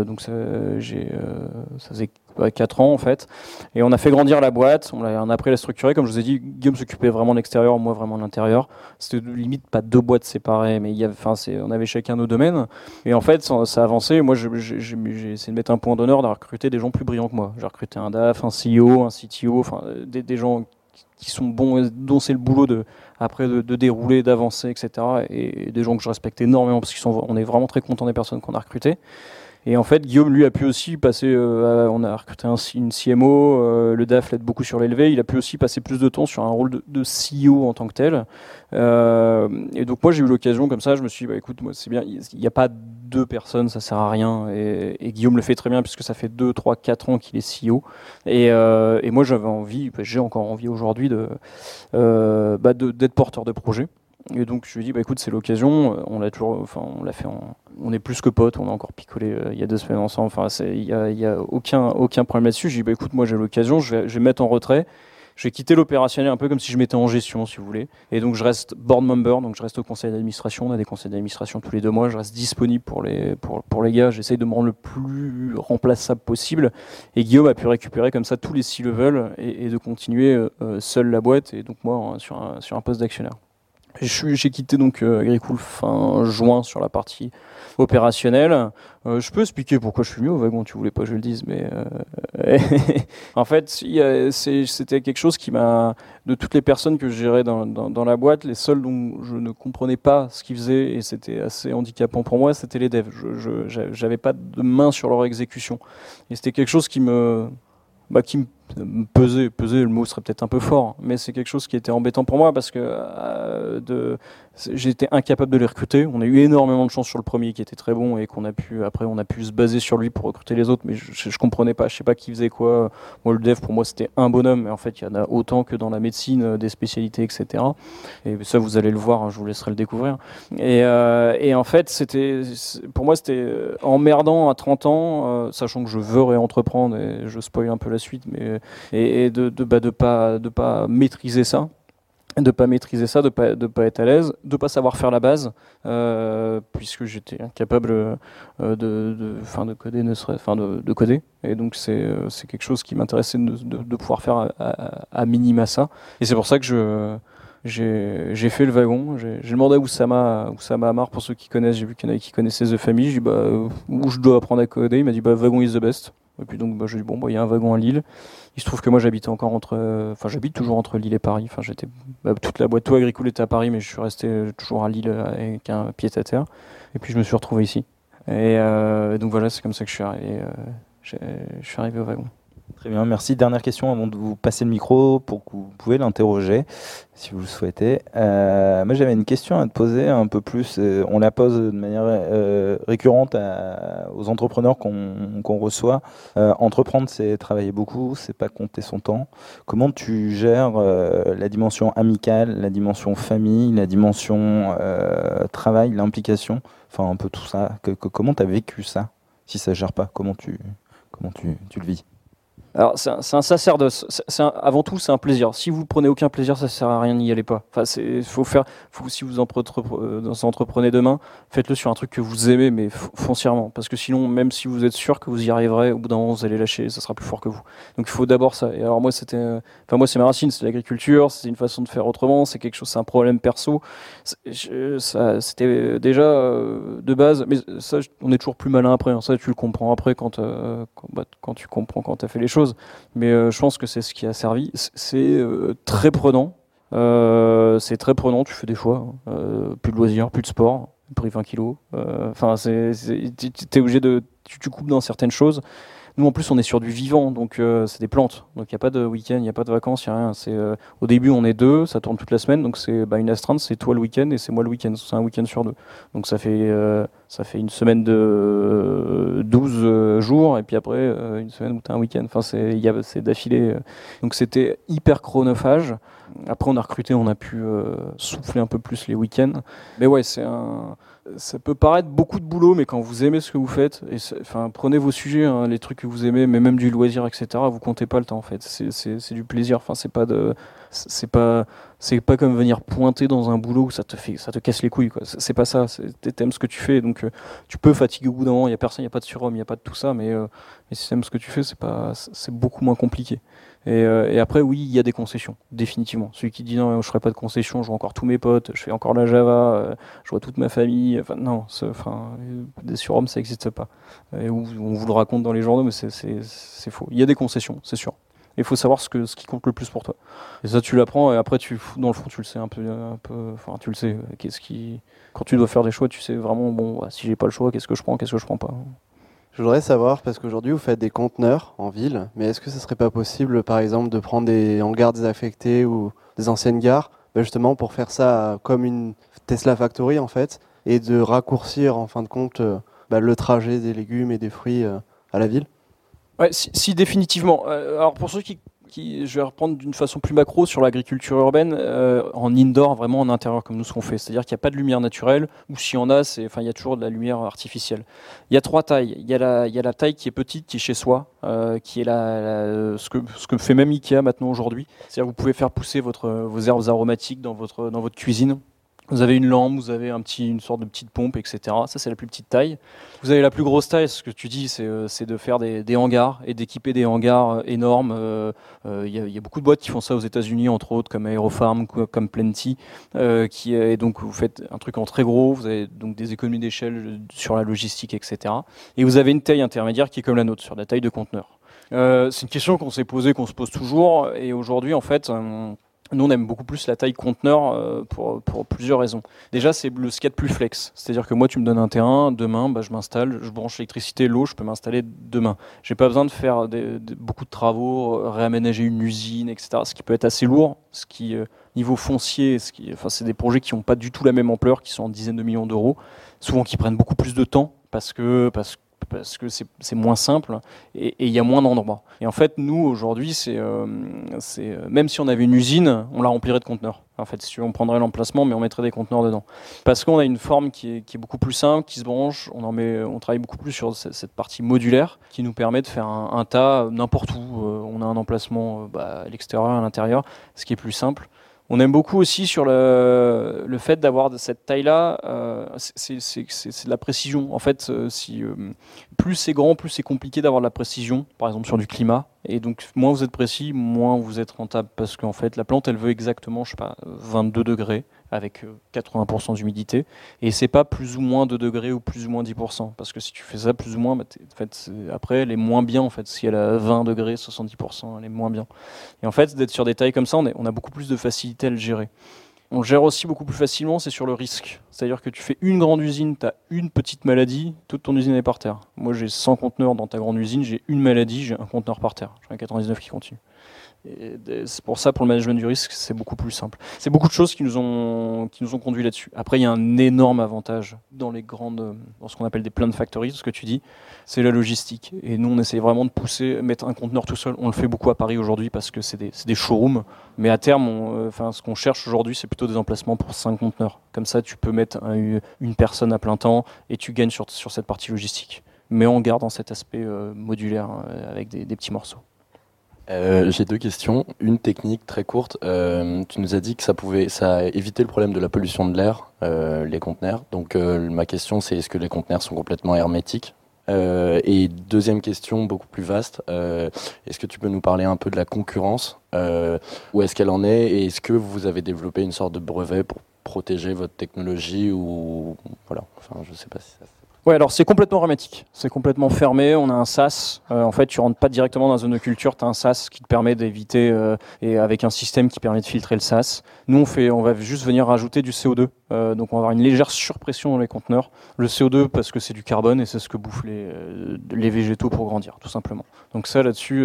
ça faisait 4 ans en fait, et on a fait grandir la boîte, on a appris à la structurer. Comme je vous ai dit, Guillaume s'occupait vraiment de l'extérieur, moi vraiment de l'intérieur. C'était limite pas 2 boîtes séparées, mais on avait chacun nos domaines. Et en fait, ça a avancé. Moi, j'ai essayé de mettre un point d'honneur de recruter des gens plus brillants que moi. J'ai recruté un DAF, un CEO, un CTO, enfin des gens qui sont bons, dont c'est le boulot de dérouler, d'avancer, etc. Et des gens que je respecte énormément parce on est vraiment très content des personnes qu'on a recrutées. Et en fait, Guillaume, lui, a pu aussi passer, on a recruté une CMO, le DAF l'aide beaucoup sur l'élevé, il a pu aussi passer plus de temps sur un rôle de CEO en tant que tel. Et donc moi, j'ai eu l'occasion comme ça, je me suis dit, écoute, moi, c'est bien, il n'y a pas 2 personnes, ça sert à rien. Et Guillaume le fait très bien puisque ça fait 2, 3, 4 ans qu'il est CEO. Et moi, j'ai encore envie aujourd'hui d'être porteur de projet. Et donc je lui ai dit, écoute, c'est l'occasion, on l'a fait on est plus que potes, on a encore picolé il y a 2 semaines ensemble, enfin il y a aucun problème là-dessus. J'ai dit, écoute, moi j'ai l'occasion, je vais me mettre en retrait, je vais quitter l'opérationnel un peu comme si je m'étais en gestion, si vous voulez. Et donc je reste board member, donc je reste au conseil d'administration, on a des conseils d'administration tous les 2 mois, je reste disponible pour les gars, j'essaye de me rendre le plus remplaçable possible. Et Guillaume a pu récupérer comme ça tous les C-level et de continuer seul la boîte, et donc moi sur un poste d'actionnaire. J'ai quitté donc Agricool fin juin sur la partie opérationnelle. Je peux expliquer pourquoi je suis venu au wagon, tu voulais pas que je le dise, mais en fait, c'était quelque chose qui m'a, de toutes les personnes que je gérais dans la boîte, les seuls dont je ne comprenais pas ce qu'ils faisaient, et c'était assez handicapant pour moi, c'était les devs. Je j'avais pas de main sur leur exécution. Et c'était quelque chose qui me peser, le mot serait peut-être un peu fort, mais c'est quelque chose qui était embêtant pour moi parce que j'étais incapable de les recruter. On a eu énormément de chance sur le premier qui était très bon et on a pu se baser sur lui pour recruter les autres, mais je comprenais pas, je sais pas qui faisait quoi. Moi, le dev, pour moi, c'était un bonhomme, mais en fait, il y en a autant que dans la médecine, des spécialités, etc. Et ça, vous allez le voir, hein, je vous laisserai le découvrir. Et en fait, pour moi, c'était emmerdant à 30 ans, sachant que je veux réentreprendre et je spoil un peu la suite, mais de pas maîtriser ça. De pas être à l'aise, de pas savoir faire la base, puisque j'étais incapable de coder, de coder. Et donc c'est quelque chose qui m'intéressait de pouvoir faire à minima ça. Et c'est pour ça que j'ai fait le wagon. J'ai demandé à Oussama Amar, pour ceux qui connaissent, j'ai vu qu'il y en avait qui connaissaient The Family. J'ai dit où je dois apprendre à coder. Il m'a dit wagon is the best. Et puis donc j'ai dit il y a un wagon à Lille. Il se trouve que moi j'habite toujours entre Lille et Paris. Enfin toute la boîte tout agricole était à Paris, mais je suis resté toujours à Lille avec un pied à terre. Et puis je me suis retrouvé ici. Et donc voilà, c'est comme ça que je suis arrivé au wagon. Très bien, merci. Dernière question avant de vous passer le micro pour que vous pouvez l'interroger si vous le souhaitez. Moi j'avais une question à te poser un peu plus, on la pose de manière récurrente aux entrepreneurs qu'on reçoit. Entreprendre, c'est travailler beaucoup, c'est pas compter son temps. Comment tu gères la dimension amicale, la dimension famille, la dimension travail, l'implication, enfin un peu tout ça. Comment tu as vécu ça? Si ça ne gère pas, comment tu le vis? Alors, c'est un sacerdoce. Avant tout, c'est un plaisir. Si vous prenez aucun plaisir, ça sert à rien, n'y allez pas. Enfin, si vous entreprenez demain, faites-le sur un truc que vous aimez, mais foncièrement. Parce que sinon, même si vous êtes sûr que vous y arriverez, au bout d'un moment, vous allez lâcher, ça sera plus fort que vous. Donc, il faut d'abord ça. Et alors, moi, c'est ma racine, c'est l'agriculture, c'est une façon de faire autrement, c'est quelque chose, c'est un problème perso. C'était déjà de base, mais ça, on est toujours plus malin après. Hein. Ça, tu le comprends après quand tu comprends, quand tu as fait les choses. Mais je pense que c'est ce qui a servi. C'est très prenant. Tu fais des choix. Plus de loisirs, plus de sport, pris 20 kilos. Enfin, t'es obligé tu coupes dans certaines choses. Nous, en plus, on est sur du vivant, donc c'est des plantes. Donc, il n'y a pas de week-end, il n'y a pas de vacances, il n'y a rien. Au début, on est deux, ça tourne toute la semaine, donc c'est une astreinte, c'est toi le week-end et c'est moi le week-end. C'est un week-end sur deux. Donc, ça fait une semaine de 12 jours, et puis après, une semaine où tu as un week-end. Enfin, c'est d'affilée. Donc, c'était hyper chronophage. Après, on a recruté, on a pu souffler un peu plus les week-ends. Mais ouais, ça peut paraître beaucoup de boulot, mais quand vous aimez ce que vous faites, prenez vos sujets, hein, les trucs que vous aimez, mais même du loisir, etc. Vous comptez pas le temps en fait. C'est du plaisir. Enfin, c'est pas comme venir pointer dans un boulot où ça te casse les couilles, quoi. C'est pas ça. T'aimes ce que tu fais, donc tu peux fatiguer au bout d'un moment. Il y a personne, il y a pas de surhomme, il y a pas de tout ça, mais si t'aimes ce que tu fais, c'est beaucoup moins compliqué. Et après, oui, il y a des concessions, définitivement. Celui qui dit non, je ferai pas de concessions, je vois encore tous mes potes, je fais encore la Java, je vois toute ma famille. Enfin, non, des surhommes, ça n'existe pas. Et on vous le raconte dans les journaux, mais c'est faux. Il y a des concessions, c'est sûr. Il faut savoir ce qui compte le plus pour toi. Et ça, tu l'apprends, et après, dans le fond, tu le sais un peu. Enfin, tu le sais. Quand tu dois faire des choix, tu sais vraiment, si j'ai pas le choix, qu'est-ce que je prends pas. Je voudrais savoir, parce qu'aujourd'hui vous faites des conteneurs en ville, mais est-ce que ce serait pas possible, par exemple, de prendre des hangars désaffectés ou des anciennes gares, justement pour faire ça comme une Tesla Factory en fait, et de raccourcir en fin de compte le trajet des légumes et des fruits à la ville? Ouais, si définitivement. Alors pour ceux je vais reprendre d'une façon plus macro sur l'agriculture urbaine, en indoor, vraiment en intérieur comme nous ce qu'on fait. C'est-à-dire qu'il n'y a pas de lumière naturelle, ou s'il y en a, il y a toujours de la lumière artificielle. Il y a 3 tailles. Il y a la taille qui est petite, qui est chez soi, qui est ce que fait même Ikea maintenant aujourd'hui. C'est-à-dire que vous pouvez faire pousser vos herbes aromatiques dans votre cuisine. Vous avez une lampe, vous avez une sorte de petite pompe, etc. Ça, c'est la plus petite taille. Vous avez la plus grosse taille, ce que tu dis, c'est de faire des hangars et d'équiper des hangars énormes. Il y a beaucoup de boîtes qui font ça aux États-Unis, entre autres, comme Aerofarm, comme Plenty. Et donc, vous faites un truc en très gros, vous avez donc des économies d'échelle sur la logistique, etc. Et vous avez une taille intermédiaire qui est comme la nôtre, sur la taille de conteneur. C'est une question qu'on s'est posée, qu'on se pose toujours. Et aujourd'hui, en fait, Nous, on aime beaucoup plus la taille conteneur pour plusieurs raisons. Déjà, c'est ce qu'il y a de plus flex. C'est-à-dire que moi, tu me donnes un terrain, demain, je m'installe, je branche l'électricité, l'eau, je peux m'installer demain. J'ai pas besoin de faire beaucoup de travaux, réaménager une usine, etc. Ce qui peut être assez lourd, niveau foncier, c'est des projets qui n'ont pas du tout la même ampleur, qui sont en dizaines de millions d'euros, souvent qui prennent beaucoup plus de temps parce que c'est moins simple et il y a moins d'endroits. Et en fait, nous, aujourd'hui, même si on avait une usine, on la remplirait de conteneurs. En fait, si on prendrait l'emplacement, mais on mettrait des conteneurs dedans. Parce qu'on a une forme qui est beaucoup plus simple, qui se branche, on travaille beaucoup plus sur cette partie modulaire qui nous permet de faire un tas n'importe où. On a un emplacement à l'extérieur, à l'intérieur, ce qui est plus simple. On aime beaucoup aussi sur le fait d'avoir cette taille-là, c'est de la précision. En fait, plus c'est grand, plus c'est compliqué d'avoir de la précision, par exemple sur du climat. Et donc, moins vous êtes précis, moins vous êtes rentable. Parce qu'en fait, la plante, elle veut exactement, 22 degrés avec 80% d'humidité. Et c'est pas plus ou moins 2 degrés ou plus ou moins 10%. Parce que si tu fais ça plus ou moins, après, elle est moins bien. En fait, si elle a 20 degrés, 70%, elle est moins bien. Et en fait, d'être sur des tailles comme ça, on a beaucoup plus de facilité à le gérer. On le gère aussi beaucoup plus facilement, c'est sur le risque. C'est-à-dire que tu fais une grande usine, tu as une petite maladie, toute ton usine est par terre. Moi, j'ai 100 conteneurs dans ta grande usine, j'ai une maladie, j'ai un conteneur par terre. J'en ai 99 qui continue. Et c'est pour ça, pour le management du risque, c'est beaucoup plus simple. C'est beaucoup de choses qui nous ont conduit là-dessus. Après, il y a un énorme avantage dans ce qu'on appelle des plant factories, ce que tu dis, c'est la logistique. Et nous, on essaie vraiment de pousser, mettre un conteneur tout seul. On le fait beaucoup à Paris aujourd'hui parce que c'est des showrooms. Mais à terme, ce qu'on cherche aujourd'hui, c'est plutôt des emplacements pour 5 conteneurs. Comme ça, tu peux mettre une personne à plein temps et tu gagnes sur cette partie logistique. Mais en gardant cet aspect modulaire avec des petits morceaux. J'ai 2 questions. Une technique très courte. Tu nous as dit que ça évitait le problème de la pollution de l'air, les conteneurs. Donc ma question, c'est est-ce que les conteneurs sont complètement hermétiques ? Et deuxième question, beaucoup plus vaste. Est-ce que tu peux nous parler un peu de la concurrence ? Où est-ce qu'elle en est ? Et est-ce que vous avez développé une sorte de brevet pour protéger votre technologie ou voilà. Enfin, je sais pas si ça. Ouais, alors c'est complètement hermétique, c'est complètement fermé, on a un sas, en fait tu rentres pas directement dans la zone de culture, tu as un sas qui te permet d'éviter, et avec un système qui permet de filtrer le sas. Nous on va juste venir rajouter du CO2, donc on va avoir une légère surpression dans les conteneurs. Le CO2 parce que c'est du carbone et c'est ce que bouffent les végétaux pour grandir, tout simplement. Donc ça là-dessus,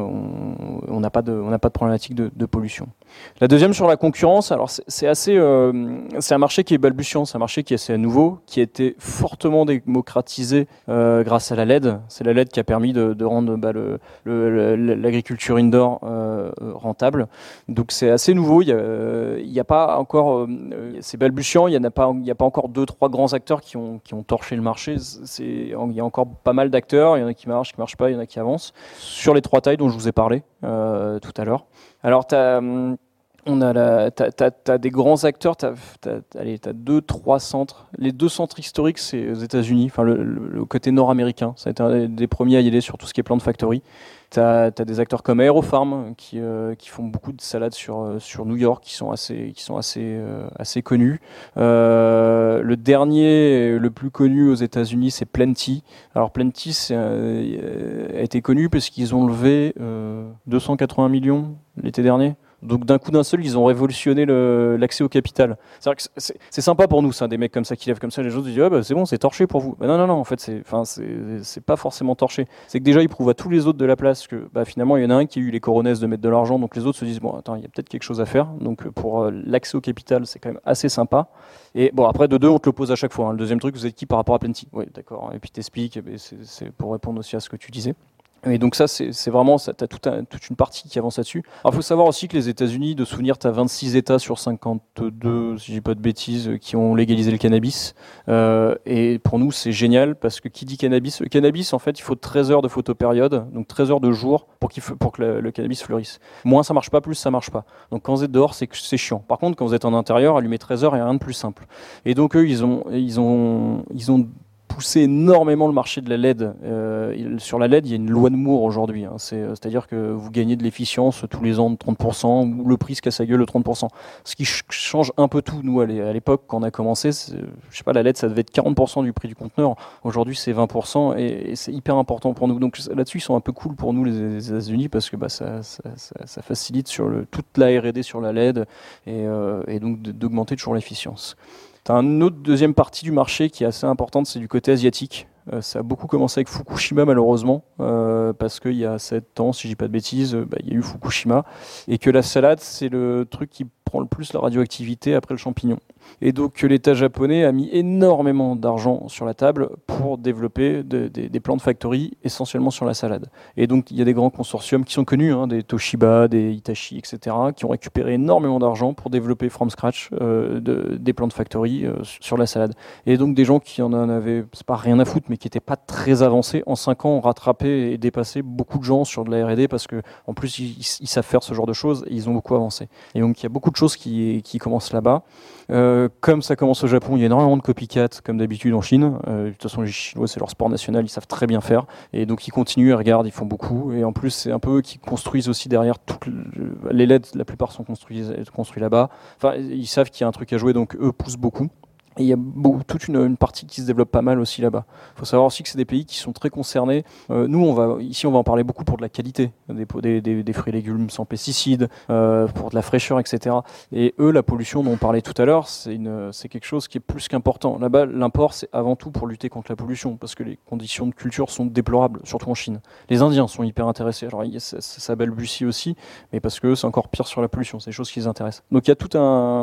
on n'a pas de problématique de pollution. La deuxième sur la concurrence, alors c'est un marché qui est balbutiant, c'est un marché qui est assez nouveau, qui a été fortement démocratisé grâce à la LED. C'est la LED qui a permis de rendre l'agriculture indoor rentable. Donc c'est assez nouveau. Il y a pas encore, c'est balbutiant. Il y a pas encore 2-3 grands acteurs qui ont torché le marché. Il y a encore pas mal d'acteurs. Il y en a qui marchent pas. Il y en a qui avancent. Sur les 3 tailles dont je vous ai parlé tout à l'heure. Alors t'as des grands acteurs, t'as 2-3 centres. Les 2 centres historiques, c'est aux États-Unis, enfin le côté nord-américain. Ça a été un des premiers à y aller sur tout ce qui est Plant Factory. T'as des acteurs comme AeroFarm qui font beaucoup de salades sur New York, qui sont assez connus. Le dernier, le plus connu aux États-Unis, c'est Plenty. Alors Plenty a été connu parce qu'ils ont levé 280 millions l'été dernier. Donc d'un coup d'un seul, ils ont révolutionné l'accès au capital. C'est sympa pour nous, ça, des mecs comme ça qui lèvent comme ça, les gens disent c'est bon, c'est torché pour vous. Non, en fait, c'est pas forcément torché. C'est que déjà, ils prouvent à tous les autres de la place que finalement, il y en a un qui a eu les coronesses de mettre de l'argent, donc les autres se disent bon, attends, il y a peut-être quelque chose à faire. Donc pour l'accès au capital, c'est quand même assez sympa. Et bon, après, de 2, on te le pose à chaque fois. Le deuxième truc, vous êtes qui par rapport à Plenty ? Oui, d'accord. Et puis t'expliques, c'est pour répondre aussi à ce que tu disais. Et donc ça, c'est vraiment, tu as toute une partie qui avance là-dessus. Alors il faut savoir aussi que les États-Unis, de souvenir, tu as 26 États sur 52, si je dis pas de bêtises, qui ont légalisé le cannabis. Et pour nous, c'est génial parce que qui dit cannabis, le cannabis, en fait, il faut 13 heures de photopériode, donc 13 heures de jour pour que le cannabis fleurisse. Moins ça marche pas, plus ça marche pas. Donc quand vous êtes dehors, c'est chiant. Par contre, quand vous êtes en intérieur, allumer 13 heures, il n'y a rien de plus simple. Et donc eux, ils ont poussé énormément le marché de la LED. Sur la LED, il y a une loi de Moore aujourd'hui. C'est-à-dire que vous gagnez de l'efficience tous les ans de 30%, ou le prix se casse la gueule de 30%. Ce qui change un peu tout. Nous, à l'époque, quand on a commencé, je sais pas, la LED, ça devait être 40% du prix du conteneur. Aujourd'hui, c'est 20%, et c'est hyper important pour nous. Donc là-dessus, ils sont un peu cool pour nous, les États-Unis, parce que ça facilite sur toute la R&D sur la LED, et donc d'augmenter toujours l'efficience. Tu as une autre deuxième partie du marché qui est assez importante, c'est du côté asiatique. Ça a beaucoup commencé avec Fukushima, malheureusement, parce qu'il y a 7 ans, si je dis pas de bêtises, il y a eu Fukushima, et que la salade, c'est le truc qui prend le plus la radioactivité après le champignon. Et donc l'État japonais a mis énormément d'argent sur la table pour développer des plants de factory essentiellement sur la salade. Et donc il y a des grands consortiums qui sont connus, des Toshiba, des Hitachi, etc., qui ont récupéré énormément d'argent pour développer from scratch des plants de factory sur la salade. Et donc des gens qui en avaient, c'est pas rien à foutre, mais qui n'étaient pas très avancés, en 5 ans ont rattrapé et dépassé beaucoup de gens sur de la R&D, parce qu'en plus ils savent faire ce genre de choses, et ils ont beaucoup avancé. Et donc il y a beaucoup de choses qui commencent là-bas. Comme ça commence au Japon, il y a énormément de copycat, comme d'habitude en Chine. De toute façon, les Chinois, c'est leur sport national, ils savent très bien faire. Et donc, ils continuent, ils regardent, ils font beaucoup. Et en plus, c'est un peu eux qui construisent aussi derrière. Les LED, la plupart sont construits là-bas. Enfin, ils savent qu'il y a un truc à jouer, donc eux poussent beaucoup. Et il y a toute une partie qui se développe pas mal aussi là-bas. Il faut savoir aussi que c'est des pays qui sont très concernés. Nous, ici, on va en parler beaucoup pour de la qualité, des fruits et légumes sans pesticides, pour de la fraîcheur, etc. Et eux, la pollution dont on parlait tout à l'heure, c'est quelque chose qui est plus qu'important. Là-bas, l'import, c'est avant tout pour lutter contre la pollution, parce que les conditions de culture sont déplorables, surtout en Chine. Les Indiens sont hyper intéressés. Alors, ça balbutie aussi, mais parce que c'est encore pire sur la pollution. C'est des choses qui les intéressent. Donc, il y a tout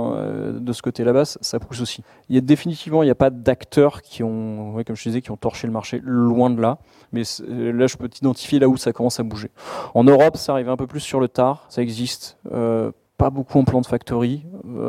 de ce côté là-bas, ça pousse aussi. Définitivement, il n'y a pas d'acteurs qui ont, comme je disais, qui ont torché le marché, loin de là. Mais là, je peux t'identifier là où ça commence à bouger. En Europe, ça arrive un peu plus sur le tard, ça existe. Pas beaucoup en plan de factory,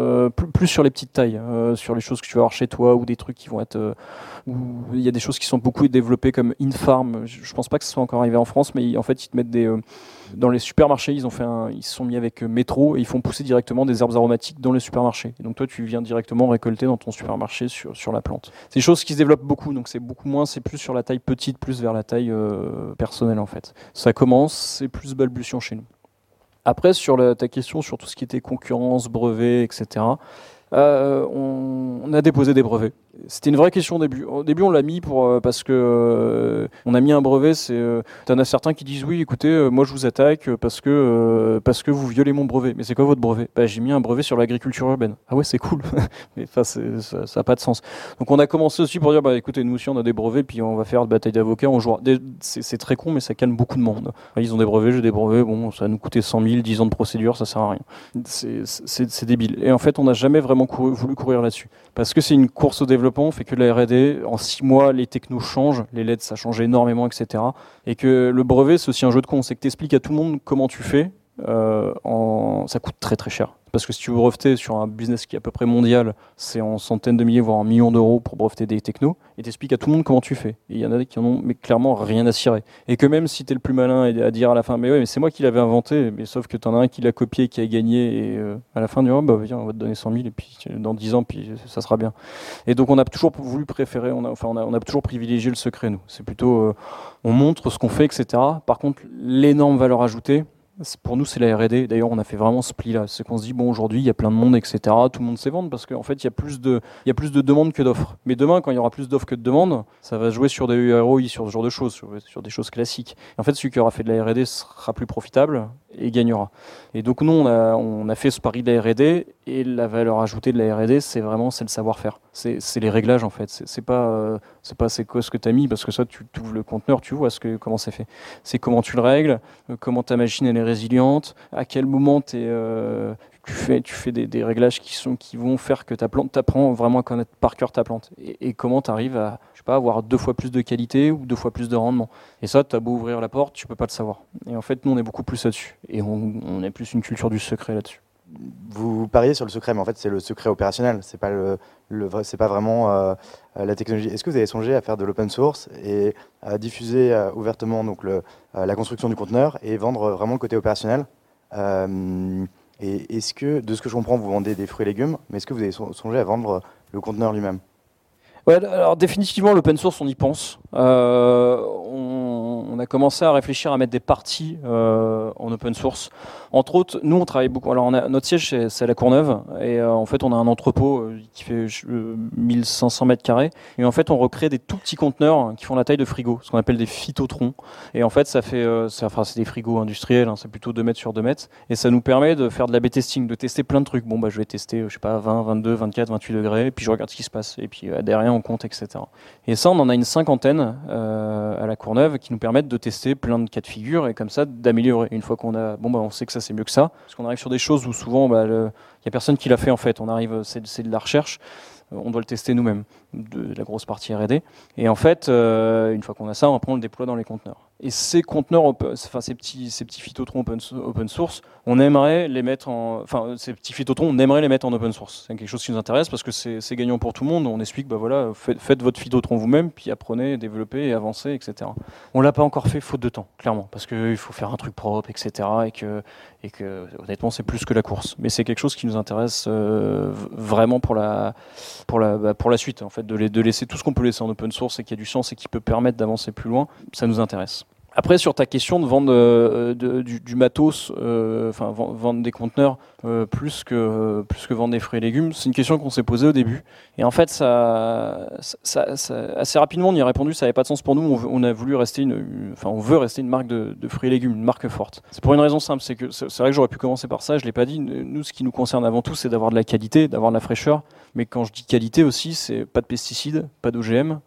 plus sur les petites tailles, sur les choses que tu vas avoir chez toi, ou des trucs qui vont être... où il y a des choses qui sont beaucoup développées comme InFarm. Je pense pas que ce soit encore arrivé en France, mais en fait, ils te mettent dans les supermarchés, ils se sont mis avec Métro, et ils font pousser directement des herbes aromatiques dans les supermarchés. Et donc toi, tu viens directement récolter dans ton supermarché sur la plante. C'est des choses qui se développent beaucoup, donc c'est beaucoup moins, c'est plus sur la taille petite, plus vers la taille personnelle en fait. Ça commence, c'est plus balbutiant chez nous. Après, sur ta question sur tout ce qui était concurrence, brevets, etc., on a déposé des brevets. C'était une vraie question au début. Au début, on l'a mis parce que on a mis un brevet. T'en as certains qui disent oui, écoutez, moi je vous attaque parce que vous violez mon brevet. Mais c'est quoi votre brevet ? J'ai mis un brevet sur l'agriculture urbaine. Ah ouais, c'est cool. Mais ça n'a pas de sens. Donc on a commencé aussi pour dire écoutez, nous aussi on a des brevets, puis on va faire de bataille d'avocats. C'est très con, mais ça calme beaucoup de monde. Ils ont des brevets, j'ai des brevets. Bon, ça va nous coûter 100 000, 10 ans de procédure, ça sert à rien. C'est débile. Et en fait, on n'a jamais vraiment voulu courir là-dessus parce que c'est une course au développement. On fait que de la R&D, en 6 mois les technos changent, les LED ça change énormément, etc. Et que le brevet c'est aussi un jeu de con, c'est que tu expliques à tout le monde comment tu fais, ça coûte très très cher. Parce que si tu veux breveter sur un business qui est à peu près mondial, c'est en centaines de milliers, voire en millions d'euros pour breveter des technos, et t'expliques à tout le monde comment tu fais. Et il y en a qui en ont mais clairement rien à cirer. Et que même si t'es le plus malin à dire à la fin, mais ouais, mais c'est moi qui l'avais inventé, mais sauf que t'en as un qui l'a copié, qui a gagné, et à la fin, viens, on va te donner 100 000, et puis dans 10 ans, puis ça sera bien. Et donc on a toujours voulu préférer, on a toujours privilégié le secret, nous. C'est plutôt, on montre ce qu'on fait, etc. Par contre, l'énorme valeur ajoutée, pour nous, c'est la R&D. D'ailleurs, on a fait vraiment ce pli-là. C'est qu'on se dit, bon, aujourd'hui, il y a plein de monde, etc. Tout le monde sait vendre parce qu'en fait, il y a plus de demandes que d'offres. Mais demain, quand il y aura plus d'offres que de demandes, ça va jouer sur des ROI, sur ce genre de choses, sur des choses classiques. Et en fait, celui qui aura fait de la R&D sera plus profitable et gagnera. Et donc, nous, on a fait ce pari de la R&D, et la valeur ajoutée de la R&D, c'est le savoir-faire. C'est les réglages, en fait. C'est pas c'est quoi ce que tu as mis, parce que ça, tu ouvres le conteneur, tu vois comment c'est fait. C'est comment tu le règles, comment ta machine, elle est résiliente, à quel moment tu fais des réglages qui vont faire que ta plante, t'apprends vraiment à connaître par cœur ta plante, et comment tu arrives à avoir 2 fois plus de qualité ou 2 fois plus de rendement. Et ça, tu as beau ouvrir la porte, tu peux pas le savoir. Et en fait, nous, on est beaucoup plus là-dessus, et on a plus une culture du secret là-dessus. Vous pariez sur le secret, mais en fait c'est le secret opérationnel, c'est pas c'est pas vraiment la technologie. Est-ce que vous avez songé à faire de l'open source et à diffuser ouvertement donc la construction du conteneur et vendre vraiment le côté opérationnel, et est-ce que, de ce que je comprends, vous vendez des fruits et légumes, mais est-ce que vous avez songé à vendre le conteneur lui-même ? Ouais, alors définitivement l'open source, on y pense. On a commencé à réfléchir à mettre des parties en open source. Entre autres, nous on travaille beaucoup. Alors notre siège c'est à La Courneuve et en fait on a un entrepôt qui fait 1500 mètres carrés et en fait on recrée des tout petits conteneurs qui font la taille de frigo, ce qu'on appelle des phytotrons. Et en fait ça fait, c'est des frigos industriels, c'est plutôt 2 mètres sur 2 mètres et ça nous permet de faire de la B-testing, de tester plein de trucs. Bon je vais tester, je sais pas, 20, 22, 24, 28 degrés et puis je regarde ce qui se passe et puis derrière on compte, etc. Et ça on en a une cinquantaine à La Courneuve qui nous permettent de tester plein de cas de figure et comme ça d'améliorer. Une fois qu'on a, on sait que ça c'est mieux que ça, parce qu'on arrive sur des choses où souvent il n'y a personne qui l'a fait en fait. On arrive, c'est de la recherche, on doit le tester nous-mêmes, de la grosse partie R&D. Et en fait, une fois qu'on a ça, après on le déploie dans les conteneurs. Et ces conteneurs, ces petits phytotrons open source, on aimerait les mettre ces petits phytotrons, on aimerait les mettre en open source. C'est quelque chose qui nous intéresse parce que c'est gagnant pour tout le monde. On explique, voilà, faites votre phytotron vous-même, puis apprenez, développez et avancez, etc. On l'a pas encore fait faute de temps, clairement, parce qu'il faut faire un truc propre, etc. Et que honnêtement, c'est plus que la course. Mais c'est quelque chose qui nous intéresse vraiment pour la suite, en fait, de laisser tout ce qu'on peut laisser en open source et qui a du sens et qui peut permettre d'avancer plus loin, ça nous intéresse. Après, sur ta question de vendre du matos, vendre des conteneurs plus que vendre des fruits et légumes, c'est une question qu'on s'est posée au début. Et en fait, ça, assez rapidement, on y a répondu, ça n'avait pas de sens pour nous. On a voulu rester on veut rester une marque de fruits et légumes, une marque forte. C'est pour une raison simple, c'est vrai que j'aurais pu commencer par ça, je l'ai pas dit. Nous, ce qui nous concerne avant tout, c'est d'avoir de la qualité, d'avoir de la fraîcheur. Mais quand je dis qualité aussi, c'est pas de pesticides, pas d'OGM.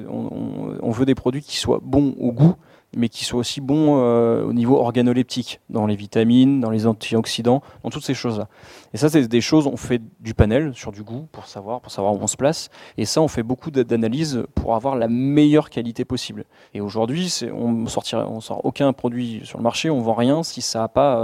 On veut des produits qui soient bons au goût, mais qui soient aussi bons au niveau organoleptique, dans les vitamines, dans les antioxydants, dans toutes ces choses-là. Et ça, c'est des choses, on fait du panel sur du goût pour savoir où on se place. Et ça, on fait beaucoup d'analyses pour avoir la meilleure qualité possible. Et aujourd'hui, on sort aucun produit sur le marché, on vend rien si ça n'a pas,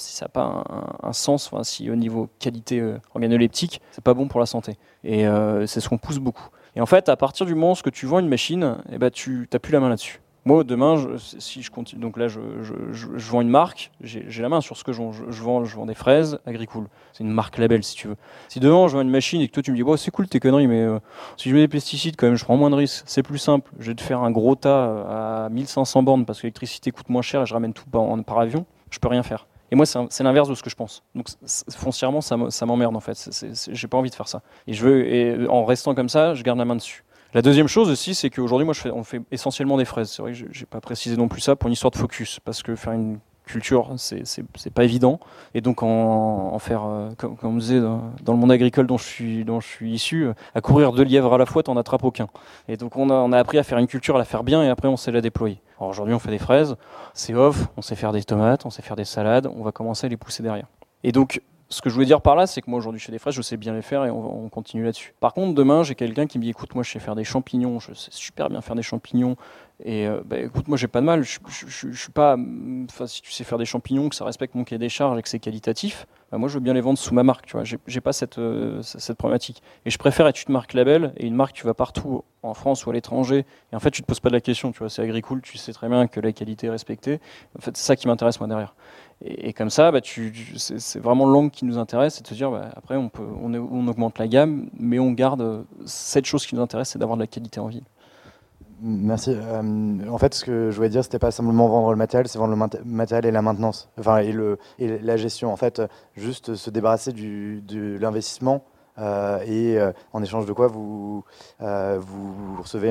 un sens, si au niveau qualité organoleptique, c'est pas bon pour la santé. Et c'est ce qu'on pousse beaucoup. Et en fait, à partir du moment où tu vends une machine, tu n'as plus la main là-dessus. Moi, demain, si je continue, donc là, je vends une marque, j'ai la main sur ce que je vends. Je vends des fraises Agricool. C'est une marque label, si tu veux. Si demain, je vends une machine et que toi, tu me dis, c'est cool tes conneries, mais si je mets des pesticides, quand même, je prends moins de risques. C'est plus simple. Je vais te faire un gros tas à 1500 bornes parce que l'électricité coûte moins cher et je ramène tout par avion. Je peux rien faire. Et moi, c'est l'inverse de ce que je pense. Donc, foncièrement, ça m'emmerde, en fait. J'ai pas envie de faire ça. Et en restant comme ça, je garde la main dessus. La deuxième chose aussi, c'est qu'aujourd'hui, on fait essentiellement des fraises. C'est vrai que je n'ai pas précisé non plus ça pour une histoire de focus, parce que faire une culture, c'est pas évident. Et donc, en faire, comme on disait, dans le monde agricole dont je suis issu, à courir 2 lièvres à la fois, t'en attrapes aucun. Et donc, on a appris à faire une culture, à la faire bien, et après, on sait la déployer. Alors aujourd'hui, on fait des fraises, c'est off, on sait faire des tomates, on sait faire des salades, on va commencer à les pousser derrière. Et donc, ce que je voulais dire par là, c'est que moi aujourd'hui je fais des fraises, je sais bien les faire et on continue là-dessus. Par contre, demain j'ai quelqu'un qui me dit écoute, moi je sais faire des champignons, je sais super bien faire des champignons et écoute, moi j'ai pas de mal, je suis pas, si tu sais faire des champignons, que ça respecte mon cahier des charges et que c'est qualitatif, moi je veux bien les vendre sous ma marque, tu vois, j'ai pas cette problématique. Et je préfère être une marque label et une marque tu vas partout en France ou à l'étranger et en fait tu te poses pas de la question, tu vois, c'est Agricool, tu sais très bien que la qualité est respectée. En fait c'est ça qui m'intéresse moi derrière. Et comme ça, c'est vraiment l'angle qui nous intéresse, c'est de se dire, après on augmente la gamme, mais on garde cette chose qui nous intéresse, c'est d'avoir de la qualité en ville. Merci. En fait, ce que je voulais dire, c'était pas simplement vendre le matériel, c'est vendre le matériel et la maintenance, et la gestion. En fait, juste se débarrasser de l'investissement et en échange de quoi vous recevez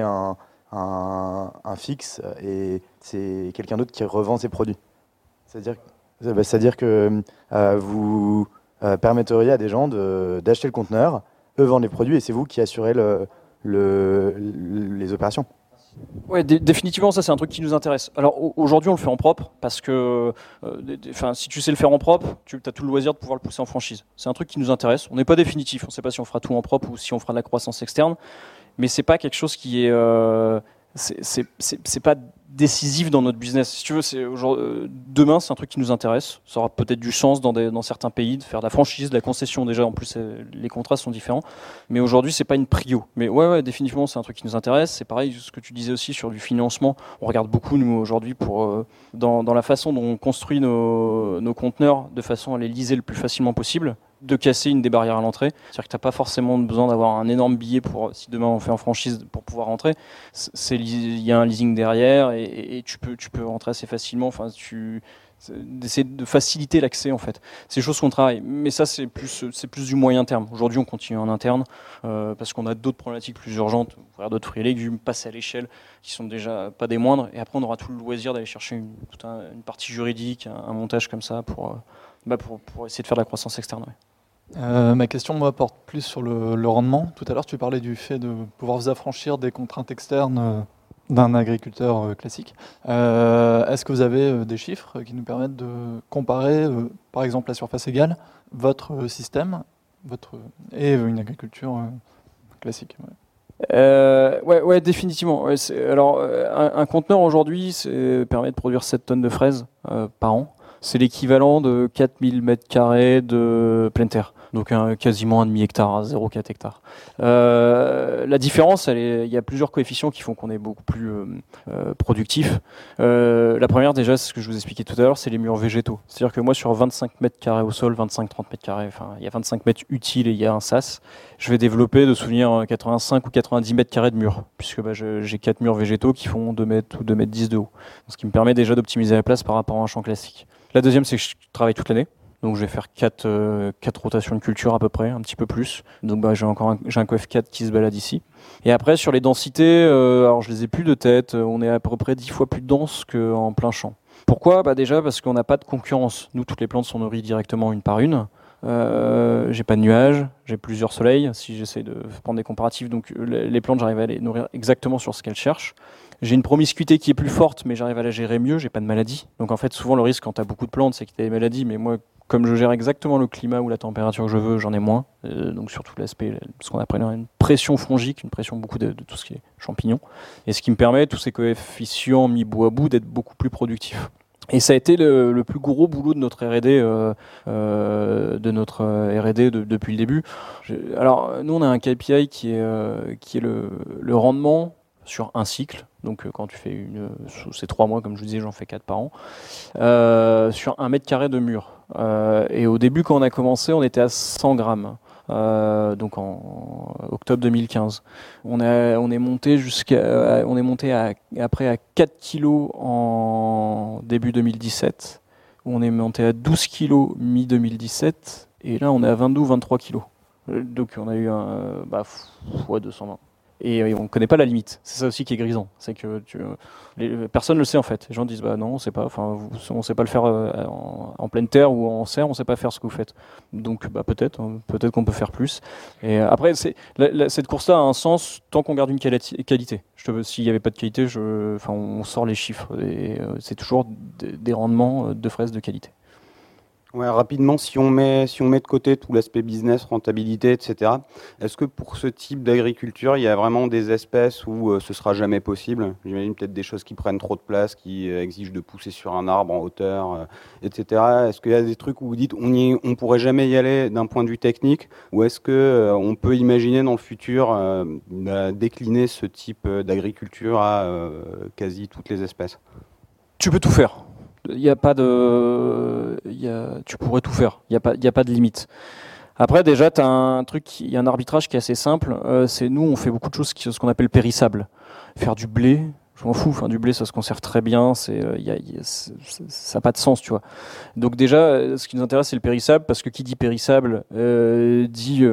un fixe et c'est quelqu'un d'autre qui revend ses produits. C'est-à-dire que vous permetteriez à des gens d'acheter le conteneur, eux vendent les produits et c'est vous qui assurez les opérations. Oui, définitivement, ça c'est un truc qui nous intéresse. Alors aujourd'hui, on le fait en propre parce que si tu sais le faire en propre, tu as tout le loisir de pouvoir le pousser en franchise. C'est un truc qui nous intéresse. On n'est pas définitif, on ne ssait pas si on fera tout en propre ou si on fera de la croissance externe, mais c'est pas quelque chose qui est c'est pas décisif dans notre business. Si tu veux, demain, c'est un truc qui nous intéresse. Ça aura peut-être du sens dans certains pays de faire de la franchise, de la concession. Déjà, en plus, les contrats sont différents. Mais aujourd'hui, c'est pas une prio. Mais ouais, définitivement, c'est un truc qui nous intéresse. C'est pareil, ce que tu disais aussi sur du financement. On regarde beaucoup, nous, aujourd'hui, dans la façon dont on construit nos conteneurs, de façon à les liser le plus facilement possible. de casser une des barrières à l'entrée. C'est-à-dire que tu n'as pas forcément besoin d'avoir un énorme billet pour, si demain on fait en franchise, pour pouvoir rentrer. Il y a un leasing derrière et tu peux rentrer assez facilement. Enfin, d'essayer de faciliter l'accès en fait. C'est des choses qu'on travaille, mais ça c'est plus du moyen terme. Aujourd'hui on continue en interne parce qu'on a d'autres problématiques plus urgentes, ouvrir d'autres fruits et légumes, passer à l'échelle, qui sont déjà pas des moindres, et après on aura tout le loisir d'aller chercher une partie juridique, un montage comme ça pour essayer de faire de la croissance externe. Ouais. Ma question, moi, porte plus sur le rendement. Tout à l'heure, tu parlais du fait de pouvoir vous affranchir des contraintes externes d'un agriculteur classique. Est-ce que vous avez des chiffres qui nous permettent de comparer, par exemple, à surface égale, votre système et une agriculture classique? Ouais, définitivement. Ouais, alors, un conteneur aujourd'hui permet de produire 7 tonnes de fraises par an. C'est l'équivalent de 4000 m² de pleine terre. Donc quasiment un demi-hectare, 0,4 hectares. La différence, il y a plusieurs coefficients qui font qu'on est beaucoup plus productif. La première, déjà, c'est ce que je vous expliquais tout à l'heure, c'est les murs végétaux. C'est-à-dire que moi, sur 25 m² au sol, 25-30 m², enfin, il y a 25 mètres utiles et il y a un sas, je vais développer de souvenir 85 ou 90 m² de murs, puisque j'ai 4 murs végétaux qui font 2 mètres ou 2 mètres 10 de haut. Ce qui me permet déjà d'optimiser la place par rapport à un champ classique. La deuxième, c'est que je travaille toute l'année. Donc je vais faire 4 rotations de culture à peu près, un petit peu plus. Donc j'ai un coef 4 qui se balade ici. Et après sur les densités, alors je les ai plus de tête, on est à peu près 10 fois plus dense qu'en plein champ. Pourquoi ? Déjà parce qu'on n'a pas de concurrence. Nous, toutes les plantes sont nourries directement une par une. J'ai pas de nuages, j'ai plusieurs soleils, si j'essaie de prendre des comparatifs. Donc les plantes, j'arrive à les nourrir exactement sur ce qu'elles cherchent. J'ai une promiscuité qui est plus forte, mais j'arrive à la gérer mieux, j'ai pas de maladie. Donc en fait, souvent le risque quand tu as beaucoup de plantes, c'est que tu as des maladies, mais moi, comme je gère exactement le climat ou la température que je veux, j'en ai moins. Donc surtout l'aspect, ce qu'on appelle une pression fongique, une pression beaucoup de tout ce qui est champignons. Et ce qui me permet, tous ces coefficients mis bout à bout, d'être beaucoup plus productif. Et ça a été le plus gros boulot de notre R&D, depuis le début. Alors nous, on a un KPI qui est le rendement sur un cycle. Donc quand tu fais c'est 3 mois, comme je vous disais, j'en fais 4 par an, sur 1 m² de mur. Et au début, quand on a commencé, on était à 100 grammes. Donc en octobre 2015. On est monté après à 4 kilos en début 2017. On est monté à 12 kilos mi-2017. Et là, on est à 22 ou 23 kilos. Donc on a eu fois 220. Et on ne connaît pas la limite. C'est ça aussi qui est grisant. C'est que personne ne le sait en fait. Les gens disent non, on ne sait pas le faire en pleine terre ou en serre, on ne sait pas faire ce que vous faites. Donc peut-être qu'on peut faire plus. Et après, cette course-là a un sens tant qu'on garde une qualité. S'il n'y avait pas de qualité, on sort les chiffres. Et c'est toujours des rendements de fraises de qualité. Ouais, rapidement, si on met de côté tout l'aspect business, rentabilité, etc., est-ce que pour ce type d'agriculture, il y a vraiment des espèces où ce sera jamais possible ? J'imagine peut-être des choses qui prennent trop de place, qui exigent de pousser sur un arbre en hauteur, etc. Est-ce qu'il y a des trucs où vous dites on pourrait jamais y aller d'un point de vue technique, ou est-ce que on peut imaginer dans le futur décliner ce type d'agriculture à quasi toutes les espèces ? Tu peux tout faire. Tu pourrais tout faire. Il y a pas de limite. Après, déjà, il y a un arbitrage qui est assez simple. C'est nous, on fait beaucoup de choses ce qu'on appelle périssables. Faire du blé, je m'en fous. Du blé, ça se conserve très bien. Ça n'a pas de sens, tu vois. Donc déjà, ce qui nous intéresse, c'est le périssable, parce que qui dit périssable on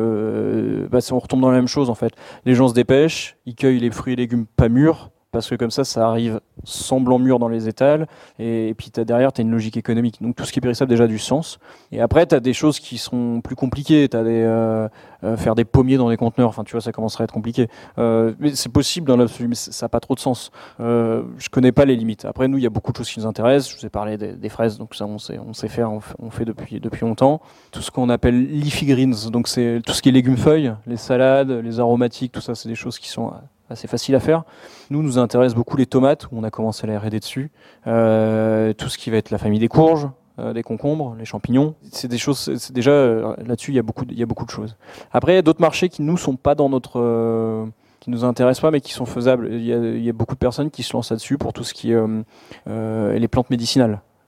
retombe dans la même chose en fait. Les gens se dépêchent, ils cueillent les fruits et légumes pas mûrs. Parce que comme ça arrive semblant mûr dans les étals, et puis derrière, tu as une logique économique. Donc tout ce qui est périssable déjà du sens. Et après, tu as des choses qui sont plus compliquées. Tu as faire des pommiers dans des conteneurs, tu vois, ça commencerait à être compliqué. Mais c'est possible dans l'absolu, mais ça n'a pas trop de sens. Je connais pas les limites. Après, nous, il y a beaucoup de choses qui nous intéressent. Je vous ai parlé des fraises, donc ça, on sait faire, on fait depuis longtemps. Tout ce qu'on appelle leafy greens, donc c'est tout ce qui est légumes-feuilles, les salades, les aromatiques, tout ça, c'est des choses qui sont assez facile à faire. Nous intéressent beaucoup les tomates, où on a commencé la R&D dessus. Tout ce qui va être la famille des courges, des concombres, les champignons. C'est des choses, c'est déjà là-dessus, il y a beaucoup de choses. Après, il y a d'autres marchés qui nous sont pas dans notre qui nous intéressent pas, mais qui sont faisables. Il y a beaucoup de personnes qui se lancent là-dessus pour tout ce qui est les plantes médicinales.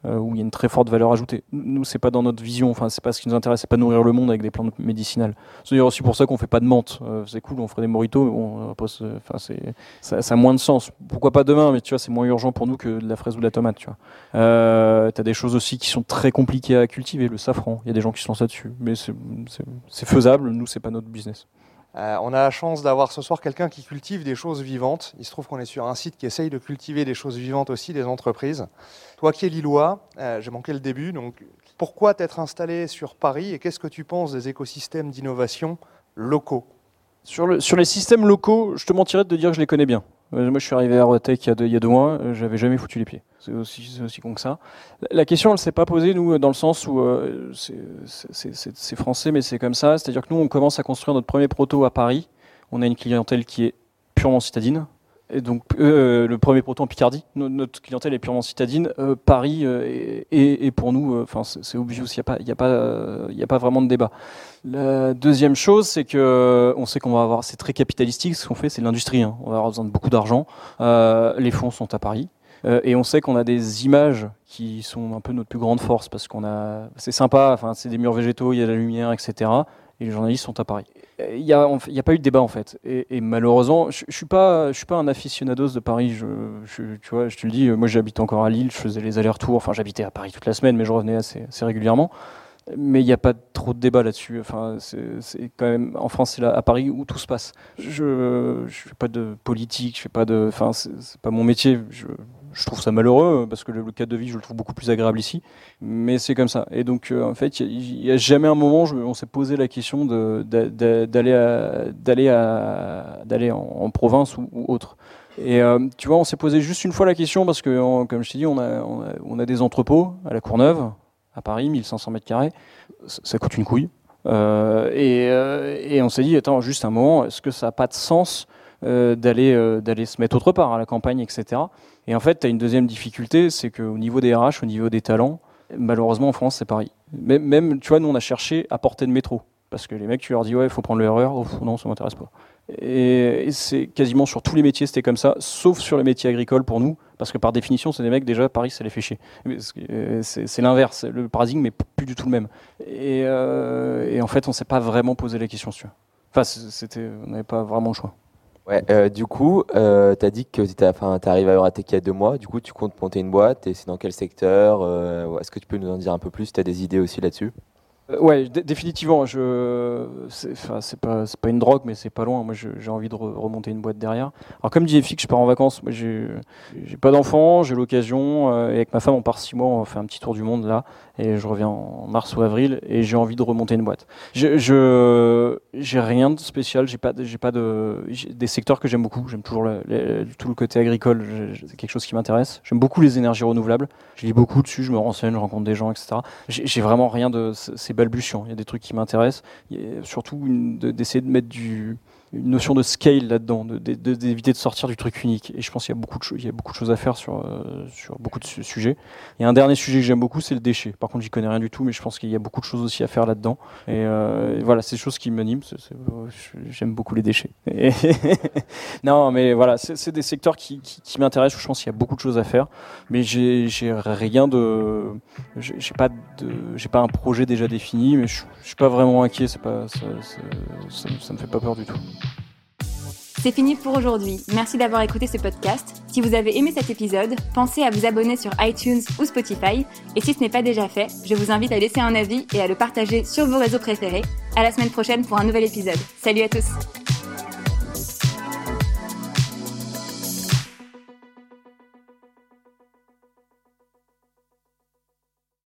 où il y a une très forte valeur ajoutée. Nous, c'est pas dans notre vision, enfin, c'est pas ce qui nous intéresse, c'est pas nourrir le monde avec des plantes médicinales. C'est d'ailleurs aussi pour ça qu'on fait pas de menthe. C'est cool, on ferait des mojitos, mais bon, ça a moins de sens. Pourquoi pas demain, mais tu vois, c'est moins urgent pour nous que de la fraise ou de la tomate, tu vois. T'as des choses aussi qui sont très compliquées à cultiver, le safran. Il y a des gens qui se lancent là-dessus, mais c'est faisable. Nous, c'est pas notre business. On a la chance d'avoir ce soir quelqu'un qui cultive des choses vivantes. Il se trouve qu'on est sur un site qui essaye de cultiver des choses vivantes aussi, des entreprises. Toi qui es lillois, j'ai manqué le début, donc pourquoi t'être installé sur Paris et qu'est-ce que tu penses des écosystèmes d'innovation locaux ? Sur les systèmes locaux, je te mentirais de te dire que je les connais bien. Moi, je suis arrivé à Rotech il y a 2 mois, j'avais jamais foutu les pieds. C'est aussi con que ça. La question, elle s'est pas posée, nous, dans le sens où c'est français, mais c'est comme ça. C'est-à-dire que nous, on commence à construire notre premier proto à Paris. On a une clientèle qui est purement citadine. Et donc, le premier proto en Picardie, notre clientèle est purement citadine. Paris est pour nous, c'est obvious, il y a pas vraiment de débat. La deuxième chose, c'est que on sait qu'on va avoir, c'est très capitalistique, ce qu'on fait, c'est de l'industrie. On va avoir besoin de beaucoup d'argent. Les fonds sont à Paris. Et on sait qu'on a des images qui sont un peu notre plus grande force parce c'est sympa, c'est des murs végétaux, il y a de la lumière, etc. Et les journalistes sont à Paris. Il n'y a pas eu de débat en fait. Et malheureusement, je suis pas un aficionados de Paris. Tu vois, je te le dis, moi j'habite encore à Lille, je faisais les allers-retours. Enfin, j'habitais à Paris toute la semaine, mais je revenais assez régulièrement. Mais il n'y a pas trop de débat là-dessus. Enfin, c'est quand même en France, c'est là à Paris où tout se passe. Je fais pas de politique, je fais pas de. Enfin, c'est pas mon métier. Je trouve ça malheureux parce que le cadre de vie, je le trouve beaucoup plus agréable ici. Mais c'est comme ça. Et donc, en fait, il y a jamais un moment où on s'est posé la question d'aller en province ou autre. Et tu vois, on s'est posé juste une fois la question parce que, comme je t'ai dit, on a des entrepôts à la Courneuve, à Paris, 1500 mètres carrés. Ça coûte une couille. Et on s'est dit, attends, juste un moment, est-ce que ça n'a pas de sens d'aller se mettre autre part, à la campagne, etc. Et en fait, tu as une deuxième difficulté, c'est qu'au niveau des RH, au niveau des talents, malheureusement, en France, c'est pareil. Même, tu vois, nous, on a cherché à portée de métro. Parce que les mecs, tu leur dis, ouais, il faut prendre le RER. Oh, non, ça ne m'intéresse pas. Et c'est quasiment sur tous les métiers, c'était comme ça, sauf sur les métiers agricoles pour nous. Parce que par définition, c'est des mecs, déjà, Paris, ça les fait chier. C'est l'inverse. Le paradigme n'est plus du tout le même. Et en fait, on ne s'est pas vraiment posé la question, si tu veux. Enfin, on n'avait pas vraiment le choix. Ouais, du coup, tu as dit que tu arrives à Eurotech il y a 2 mois. Du coup, tu comptes monter une boîte et c'est dans quel secteur Est-ce que tu peux nous en dire un peu plus? Tu as des idées aussi là-dessus? Ouais, définitivement. C'est pas une drogue, mais c'est pas loin. Moi, j'ai envie de remonter une boîte derrière. Alors, comme dit FX, je pars en vacances. Moi, j'ai pas d'enfants, j'ai l'occasion. Et avec ma femme, on part 6 mois, on fait un petit tour du monde là. Et je reviens en mars ou avril. Et j'ai envie de remonter une boîte. J'ai rien de spécial. J'ai des secteurs que j'aime beaucoup. J'aime toujours tout le côté agricole. C'est quelque chose qui m'intéresse. J'aime beaucoup les énergies renouvelables. Je lis beaucoup dessus. Je me renseigne, je rencontre des gens, etc. J'ai vraiment rien de. C'est balbutiant. Il y a des trucs qui m'intéressent. Surtout d'essayer de mettre une notion de scale là-dedans, d'éviter de sortir du truc unique. Et je pense qu'il y a beaucoup de choses à faire sur beaucoup de sujets. Et un dernier sujet que j'aime beaucoup, c'est le déchet. Par contre, j'y connais rien du tout, mais je pense qu'il y a beaucoup de choses aussi à faire là-dedans. Et voilà, c'est des choses qui m'animent. J'aime beaucoup les déchets. Non, mais voilà, c'est des secteurs qui m'intéressent. Je pense qu'il y a beaucoup de choses à faire. Mais j'ai rien de... J'ai pas un projet déjà défini, mais je suis pas vraiment inquiet. Ça me fait pas peur du tout. C'est fini pour aujourd'hui. Merci d'avoir écouté ce podcast. Si vous avez aimé cet épisode, pensez à vous abonner sur iTunes ou Spotify. Et si ce n'est pas déjà fait, je vous invite à laisser un avis et à le partager sur vos réseaux préférés. À la semaine prochaine pour un nouvel épisode. Salut à tous!